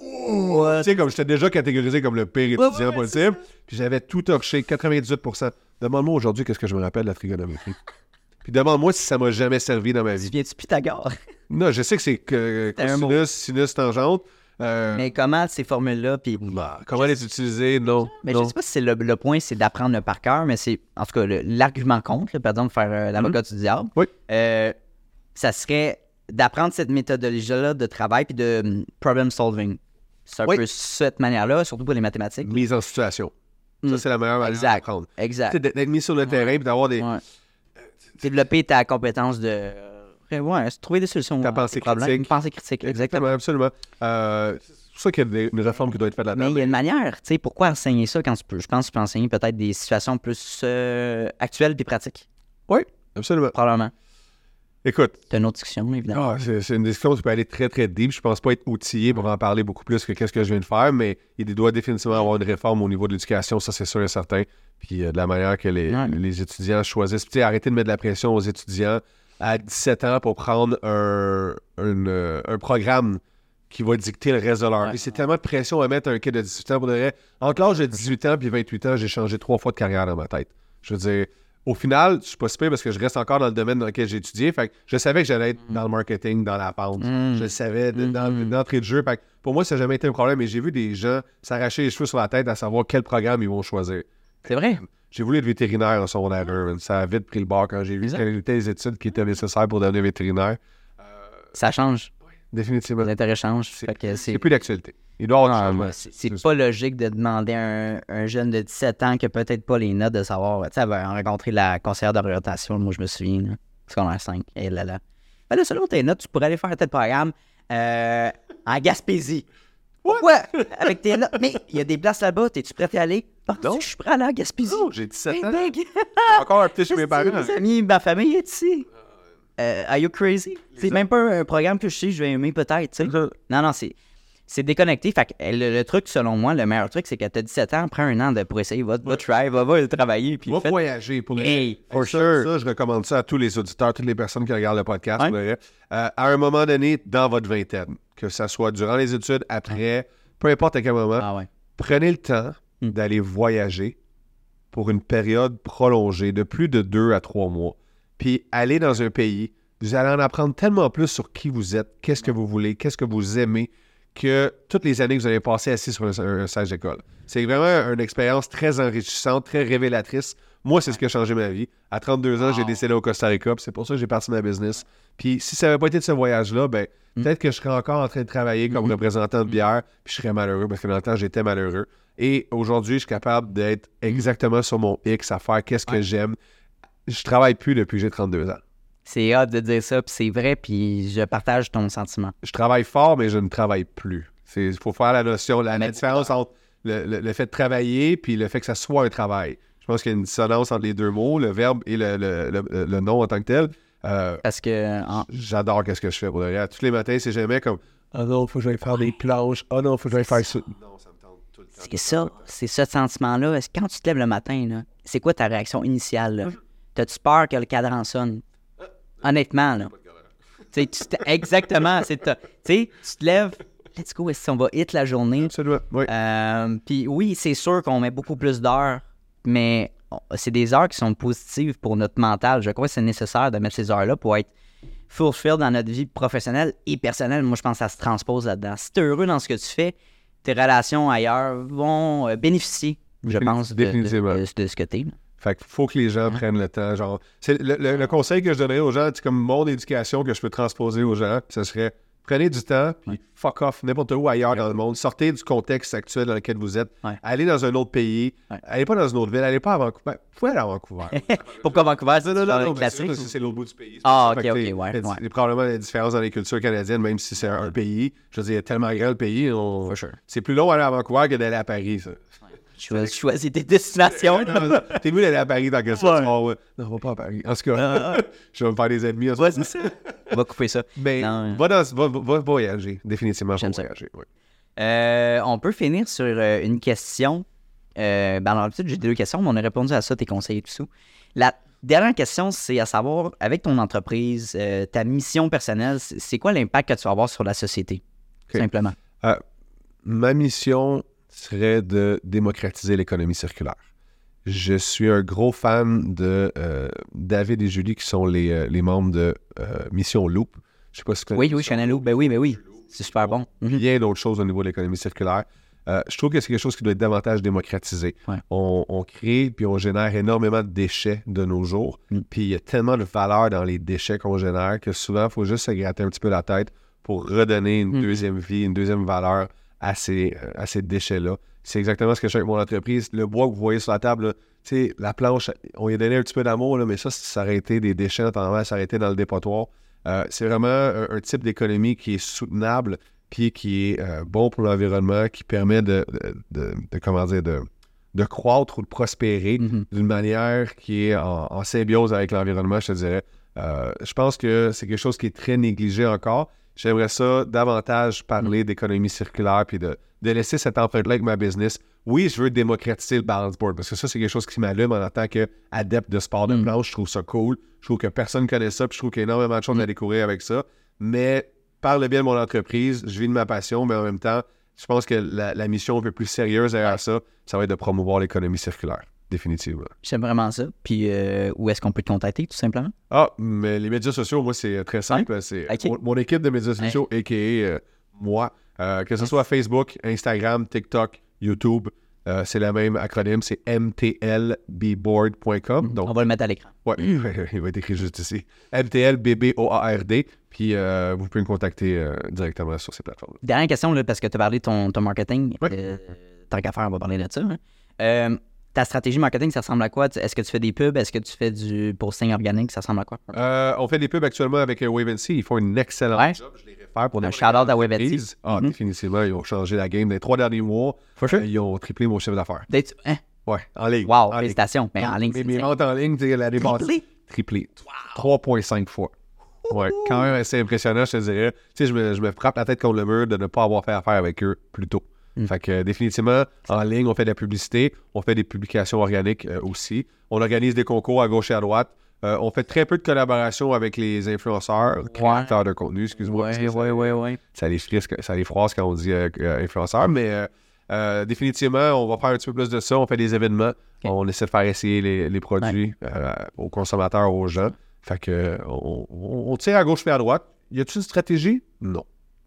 Tu sais, comme j'étais déjà catégorisé comme le pire étudiant ouais, ouais, possible, puis j'avais tout torché, quatre-vingt-dix-huit pour cent. Demande-moi aujourd'hui qu'est-ce que je me rappelle de la trigonométrie. Puis demande-moi si ça m'a jamais servi dans ma vie. Viens-tu Pythagore? Non, je sais que c'est que, cosinus, sinus, tangente. Euh... Mais comment ces formules-là, puis... Bah, comment les utiliser? Non. Mais non. je sais pas si c'est le, le point, c'est d'apprendre le par cœur, mais c'est, en tout cas, le, l'argument contre, là, pardon, de faire euh, l'avocat mm-hmm. du diable. Oui. Euh, ça serait d'apprendre cette méthodologie-là de travail puis de um, problem solving. C'est un oui. peu cette manière-là, surtout pour les mathématiques. Mise en situation. Mm. Ça, c'est la meilleure manière d'apprendre. Exact. Tu sais, d'être mis sur le ouais. terrain et d'avoir des... Ouais. Développer ta compétence de... Ouais, trouver des solutions. Ta pensée critique. Une pensée critique, exactement. Absolument. Euh, c'est pour ça qu'il y a des, une réforme qui doit être faite là-dedans. Mais il y a une manière, tu sais, pourquoi enseigner ça quand tu peux? Je pense que tu peux enseigner peut-être des situations plus euh, actuelles puis pratiques. Oui, absolument. Probablement. Écoute. C'est une autre discussion, évidemment. Ah, c'est, c'est une discussion qui peut aller très, très deep. Je pense pas être outillé pour en parler beaucoup plus que qu'est-ce que je viens de faire, mais il doit définitivement avoir une réforme au niveau de l'éducation, ça c'est sûr et certain. Puis euh, de la manière que les, ouais. les étudiants choisissent. Puis arrêter de mettre de la pression aux étudiants à dix-sept ans pour prendre un, un, euh, un programme qui va dicter le reste de leur vie. Ouais. C'est tellement de pression à mettre un kid de dix-huit ans pour de vrai. Entre l'âge de dix-huit ans et vingt-huit ans, j'ai changé trois fois de carrière dans ma tête. Je veux dire, au final, je suis pas si pire parce que je reste encore dans le domaine dans lequel j'ai étudié. Fait que je savais que j'allais être mm. dans le marketing, dans la vente. Mm. Je le savais, mm. dans, dans l'entrée de jeu. Fait que pour moi, ça n'a jamais été un problème. Mais j'ai vu des gens s'arracher les cheveux sur la tête à savoir quel programme ils vont choisir. C'est vrai. j'ai voulu être vétérinaire en secondaire un. Ça a vite pris le bord quand j'ai vu quelles étaient les études qui étaient nécessaires pour devenir vétérinaire. Euh, ça change. Oui, définitivement. Les intérêts changent. C'est, c'est... c'est plus d'actualité. Il doit avoir non, c'est, c'est, c'est pas logique de demander à un, un jeune de dix-sept ans qui a peut-être pas les notes de savoir. Tu sais, elle va rencontrer la conseillère d'orientation, moi je me souviens, là, secondaire cinq. Et là là. Ben là, selon tes notes, tu pourrais aller faire un tel programme euh, en Gaspésie. Pourquoi? Avec tes notes. Mais il y a des places là-bas, es-tu prêt à y aller? Non, je suis prêt à aller en Gaspésie. Non, j'ai dix-sept ans. Ben, encore un petit chez mes parents. Mes amis, ma famille est ici. Euh, are you crazy? C'est même pas un programme que je sais que je vais aimer peut-être, tu sais. Non, non, c'est... C'est déconnecté. Fait que le, le truc, selon moi, le meilleur truc, c'est que t'as dix-sept ans, prends un an de, pour essayer, va, va try, va, va travailler. Puis va fait... voyager pour les. Hey, for ça, sure. Ça, je recommande ça à tous les auditeurs, toutes les personnes qui regardent le podcast. Ouais. Pour le, euh, à un moment donné, dans votre vingtaine, que ça soit durant les études, après, peu importe à quel moment, ah ouais. prenez le temps mm. d'aller voyager pour une période prolongée de plus de deux à trois mois. Puis aller dans un pays, vous allez en apprendre tellement plus sur qui vous êtes, qu'est-ce que vous voulez, qu'est-ce que vous aimez, que toutes les années que vous avez passées assis sur un, un, un stage d'école. C'est vraiment une expérience très enrichissante, très révélatrice. Moi, c'est ce qui a changé ma vie. À trente-deux ans, wow. j'ai décédé au Costa Rica, puis c'est pour ça que j'ai parti ma business. Puis si ça n'avait pas été de ce voyage-là, ben mm. peut-être que je serais encore en train de travailler comme mm-hmm. représentant de bière, puis je serais malheureux, parce que dans le temps, j'étais malheureux. Et aujourd'hui, je suis capable d'être exactement sur mon X, à faire qu'est-ce que ouais. j'aime. Je travaille plus depuis que j'ai trente-deux ans. C'est hâte de dire ça, puis c'est vrai, puis je partage ton sentiment. Je travaille fort, mais je ne travaille plus. Il faut faire la notion, la, la différence entre le, le, le fait de travailler puis le fait que ça soit un travail. Je pense qu'il y a une dissonance entre les deux mots, le verbe et le, le, le, le nom en tant que tel. Euh, Parce que... En... J'adore ce que je fais pour le reste. Tous les matins, c'est jamais comme « Ah oh non, il faut que j'aille faire des planches. Ah oh non, il faut que j'aille faire ça. » Non, ça me tente tout le temps. C'est ça, c'est ce sentiment-là. Quand tu te lèves le matin, là, c'est quoi ta réaction initiale? Là? T'as-tu peur que le cadran sonne? Honnêtement, là. Tu sais, exactement. Tu sais, tu te lèves, let's go, est-ce qu'on va hit la journée? Absolument, oui. Euh, Puis oui, c'est sûr qu'on met beaucoup plus d'heures, mais c'est des heures qui sont positives pour notre mental. Je crois que c'est nécessaire de mettre ces heures-là pour être fulfilled dans notre vie professionnelle et personnelle. Moi, je pense que ça se transpose là-dedans. Si tu es heureux dans ce que tu fais, tes relations ailleurs vont euh, bénéficier, je pense, de, de, de, de ce que tu es. Fait qu'il faut que les gens ah. prennent le temps. Genre, c'est le, le, le conseil que je donnerais aux gens, c'est comme mon éducation que je peux transposer aux gens, ce serait prenez du temps, puis ouais. fuck off, n'importe où ailleurs ouais. dans le monde. Sortez du contexte actuel dans lequel vous êtes. Ouais. Allez dans un autre pays. Ouais. Allez pas dans une autre ville. Allez pas à Vancouver. Vous pouvez aller à Vancouver. Pourquoi Vancouver? C'est non, non, non, classique. C'est, c'est l'autre bout du pays. Ah, ok, ok, ouais. Il y a ouais. probablement des différences dans les cultures canadiennes, même si c'est un, un pays. Je veux dire, il y a tellement grand le pays. On... Sure. C'est plus long d'aller à Vancouver que d'aller à Paris, ça. Tu choisis tes destinations. T'es mieux d'aller à Paris dans quel sens? Oh, ouais. Non, va pas à Paris. En tout cas, je vais me faire des ennemis. En ouais, c'est ça. On va couper ça. Mais non, va, dans, va, va voyager, définitivement. J'aime ça. Voyager, ouais. euh, on peut finir sur euh, une question. Euh, ben, dans l'habitude, j'ai deux questions, mais on a répondu à ça, tes conseils et tout ça. La dernière question, c'est à savoir, avec ton entreprise, euh, ta mission personnelle, c'est quoi l'impact que tu vas avoir sur la société? Okay. Simplement. Euh, ma mission serait de démocratiser l'économie circulaire. Je suis un gros fan de euh, David et Julie, qui sont les, euh, les membres de euh, Mission Loop. Je sais pas si tu connais. Oui, oui, je connais Loop. Ben oui, ben oui. C'est super bon. Mm-hmm. Bien d'autres choses au niveau de l'économie circulaire. Euh, je trouve que c'est quelque chose qui doit être davantage démocratisé. Ouais. On, on crée puis on génère énormément de déchets de nos jours. Mm. Puis il y a tellement de valeur dans les déchets qu'on génère que souvent, il faut juste se gratter un petit peu la tête pour redonner une mm. deuxième vie, une deuxième valeur à ces, à ces déchets-là. C'est exactement ce que je fais avec mon entreprise. Le bois que vous voyez sur la table, tu sais, la planche, on lui a donné un petit peu d'amour, là, mais ça, ça aurait été des déchets, notamment, ça aurait été dans le dépotoir. Euh, c'est vraiment un, un type d'économie qui est soutenable, puis qui est euh, bon pour l'environnement, qui permet de, de, de, de comment dire, de, de croître ou de prospérer mm-hmm. d'une manière qui est en, en symbiose avec l'environnement, je te dirais. Euh, je pense que c'est quelque chose qui est très négligé encore. J'aimerais ça davantage parler mm. d'économie circulaire puis de, de laisser cette empreinte-là avec ma business. Oui, je veux démocratiser le balance board parce que ça, c'est quelque chose qui m'allume en tant qu'adepte de sport de mm. planche. Je trouve ça cool. Je trouve que personne ne connaît ça puis je trouve qu'il y a énormément de choses mm. à découvrir avec ça. Mais par le bien de mon entreprise, je vis de ma passion, mais en même temps, je pense que la, la mission un peu plus sérieuse derrière ça, ça va être de promouvoir l'économie circulaire. Définitivement. J'aime vraiment ça. Puis, euh, où est-ce qu'on peut te contacter, tout simplement? Ah, mais les médias sociaux, moi, c'est très simple. Hein? C'est okay. mon, mon équipe de médias sociaux, hein? a k a. Euh, moi. Euh, que ce soit Facebook, Instagram, TikTok, YouTube, Euh, c'est le même acronyme, c'est m t l b board point com. Donc, on va le mettre à l'écran. Oui, il va être écrit juste ici. M T L B B O A R D. Puis euh, vous pouvez me contacter euh, directement sur ces plateformes. Dernière question, là, parce que tu as parlé de ton, ton marketing. Oui. Euh, tant qu'à faire, on va parler de ça. Hein. Euh, ta stratégie marketing, ça ressemble à quoi? Est-ce que tu fais des pubs? Est-ce que tu fais du posting organique? Ça ressemble à quoi? Euh, on fait des pubs actuellement avec euh, Wave and See. Ils font une excellente Ouais. job. Je les réfère pour Un des shout-out à Wave and See. Ah, Mhm. définitivement, ils ont changé la game. Dans les trois derniers mois, For sure. euh, ils ont triplé mon chiffre d'affaires. D'être- hein? Ouais, en ligne. Wow, En ligne. félicitations. Mais en ligne, Mes, c'est mes ventes en ligne, tu sais, l'année passée. triplé. Triplé. trois virgule cinq fois. Ouais, quand même assez impressionnant, je te dirais. Tu sais, je me, je me frappe la tête contre le mur de ne pas avoir fait affaire avec eux plus tôt. Mm. Fait que euh, définitivement, en ligne, on fait de la publicité, on fait des publications organiques euh, aussi. On organise des concours à gauche et à droite. Euh, on fait très peu de collaboration avec les influenceurs, créateurs de contenu, excuse-moi. parce que Oui, ça- oui, oui, oui. Ça les frisque, ça les froisse quand on dit euh, euh, influenceur, mais euh, euh, définitivement, on va faire un petit peu plus de ça. On fait des événements. On essaie de faire essayer les, les produits euh, aux consommateurs, aux gens. Fait que euh, on, on, on tire à gauche et à droite. Y a-t-il une stratégie? Non.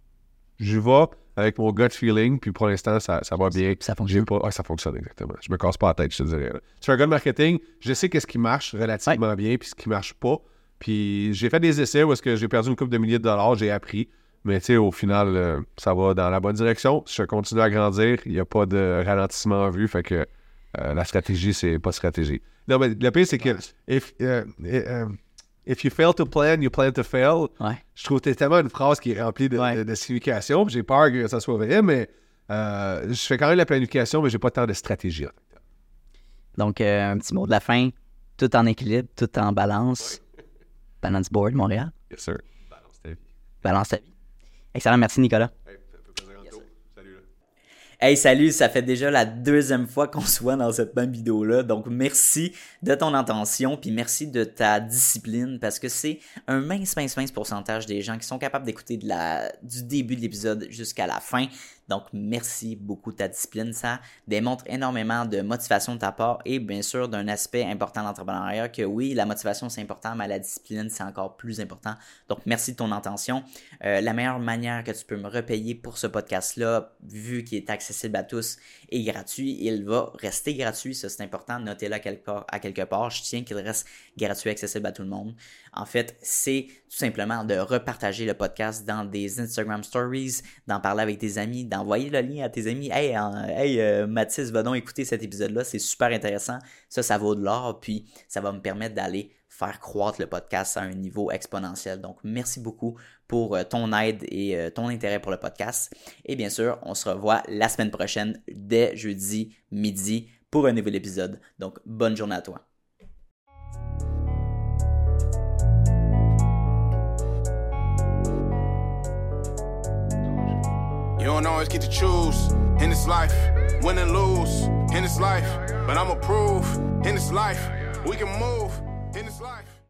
Je vais avec mon gut feeling, puis pour l'instant, ça, ça va bien. Ça fonctionne. J'ai pas... ah, ça fonctionne exactement. Je me casse pas la tête, je te dirais. Là. Je suis un gars de marketing, je sais qu'est-ce qui marche relativement bien, puis ce qui marche pas. Puis j'ai fait des essais où est-ce que j'ai perdu une couple de milliers de dollars, j'ai appris. Mais tu sais, au final, euh, ça va dans la bonne direction. Je continue à grandir, il n'y a pas de ralentissement en vue, fait que euh, la stratégie, c'est pas stratégie. Non, mais le pire, c'est que if, euh, euh, if you fail to plan, you plan to fail. Ouais. Je trouve que c'est tellement une phrase qui est remplie de, Ouais. de, de signification. J'ai peur que ça soit vrai, mais euh, je fais quand même la planification, mais j'ai pas tant de stratégie. En fait. Donc, euh, un petit mot de la fin. Tout en équilibre, tout en balance. Balance Board, Montréal. Yes, sir. Balance ta vie. Balance ta vie. Excellent, merci Nicolas. Hey, ça fait plaisir, Anto. Salut, là. Hey, salut, ça fait déjà la deuxième fois qu'on se voit dans cette même vidéo-là. Donc, merci de ton attention, puis merci de ta discipline, parce que c'est un mince, mince, mince pourcentage des gens qui sont capables d'écouter de la, du début de l'épisode jusqu'à la fin. Donc, merci beaucoup de ta discipline. Ça démontre énormément de motivation de ta part et bien sûr d'un aspect important de l'entrepreneuriat que oui, la motivation c'est important, mais la discipline c'est encore plus important. Donc, merci de ton attention. Euh, la meilleure manière que tu peux me repayer pour ce podcast-là, vu qu'il est accessible à tous et gratuit, il va rester gratuit. Ça, c'est important. Notez-le à quelque part. À quelque part. Je tiens qu'il reste gratuit, accessible à tout le monde. En fait, c'est tout simplement de repartager le podcast dans des Instagram Stories, d'en parler avec tes amis, d'envoyer le lien à tes amis. Hey, en, hey euh, Mathis, va donc écouter cet épisode-là, c'est super intéressant. Ça, ça vaut de l'or, puis ça va me permettre d'aller faire croître le podcast à un niveau exponentiel. Donc, merci beaucoup pour euh, ton aide et euh, ton intérêt pour le podcast. Et bien sûr, on se revoit la semaine prochaine, dès jeudi midi, pour un nouvel épisode. Donc, bonne journée à toi. You don't always get to choose in this life, win and lose in this life. But I'ma prove in this life we can move.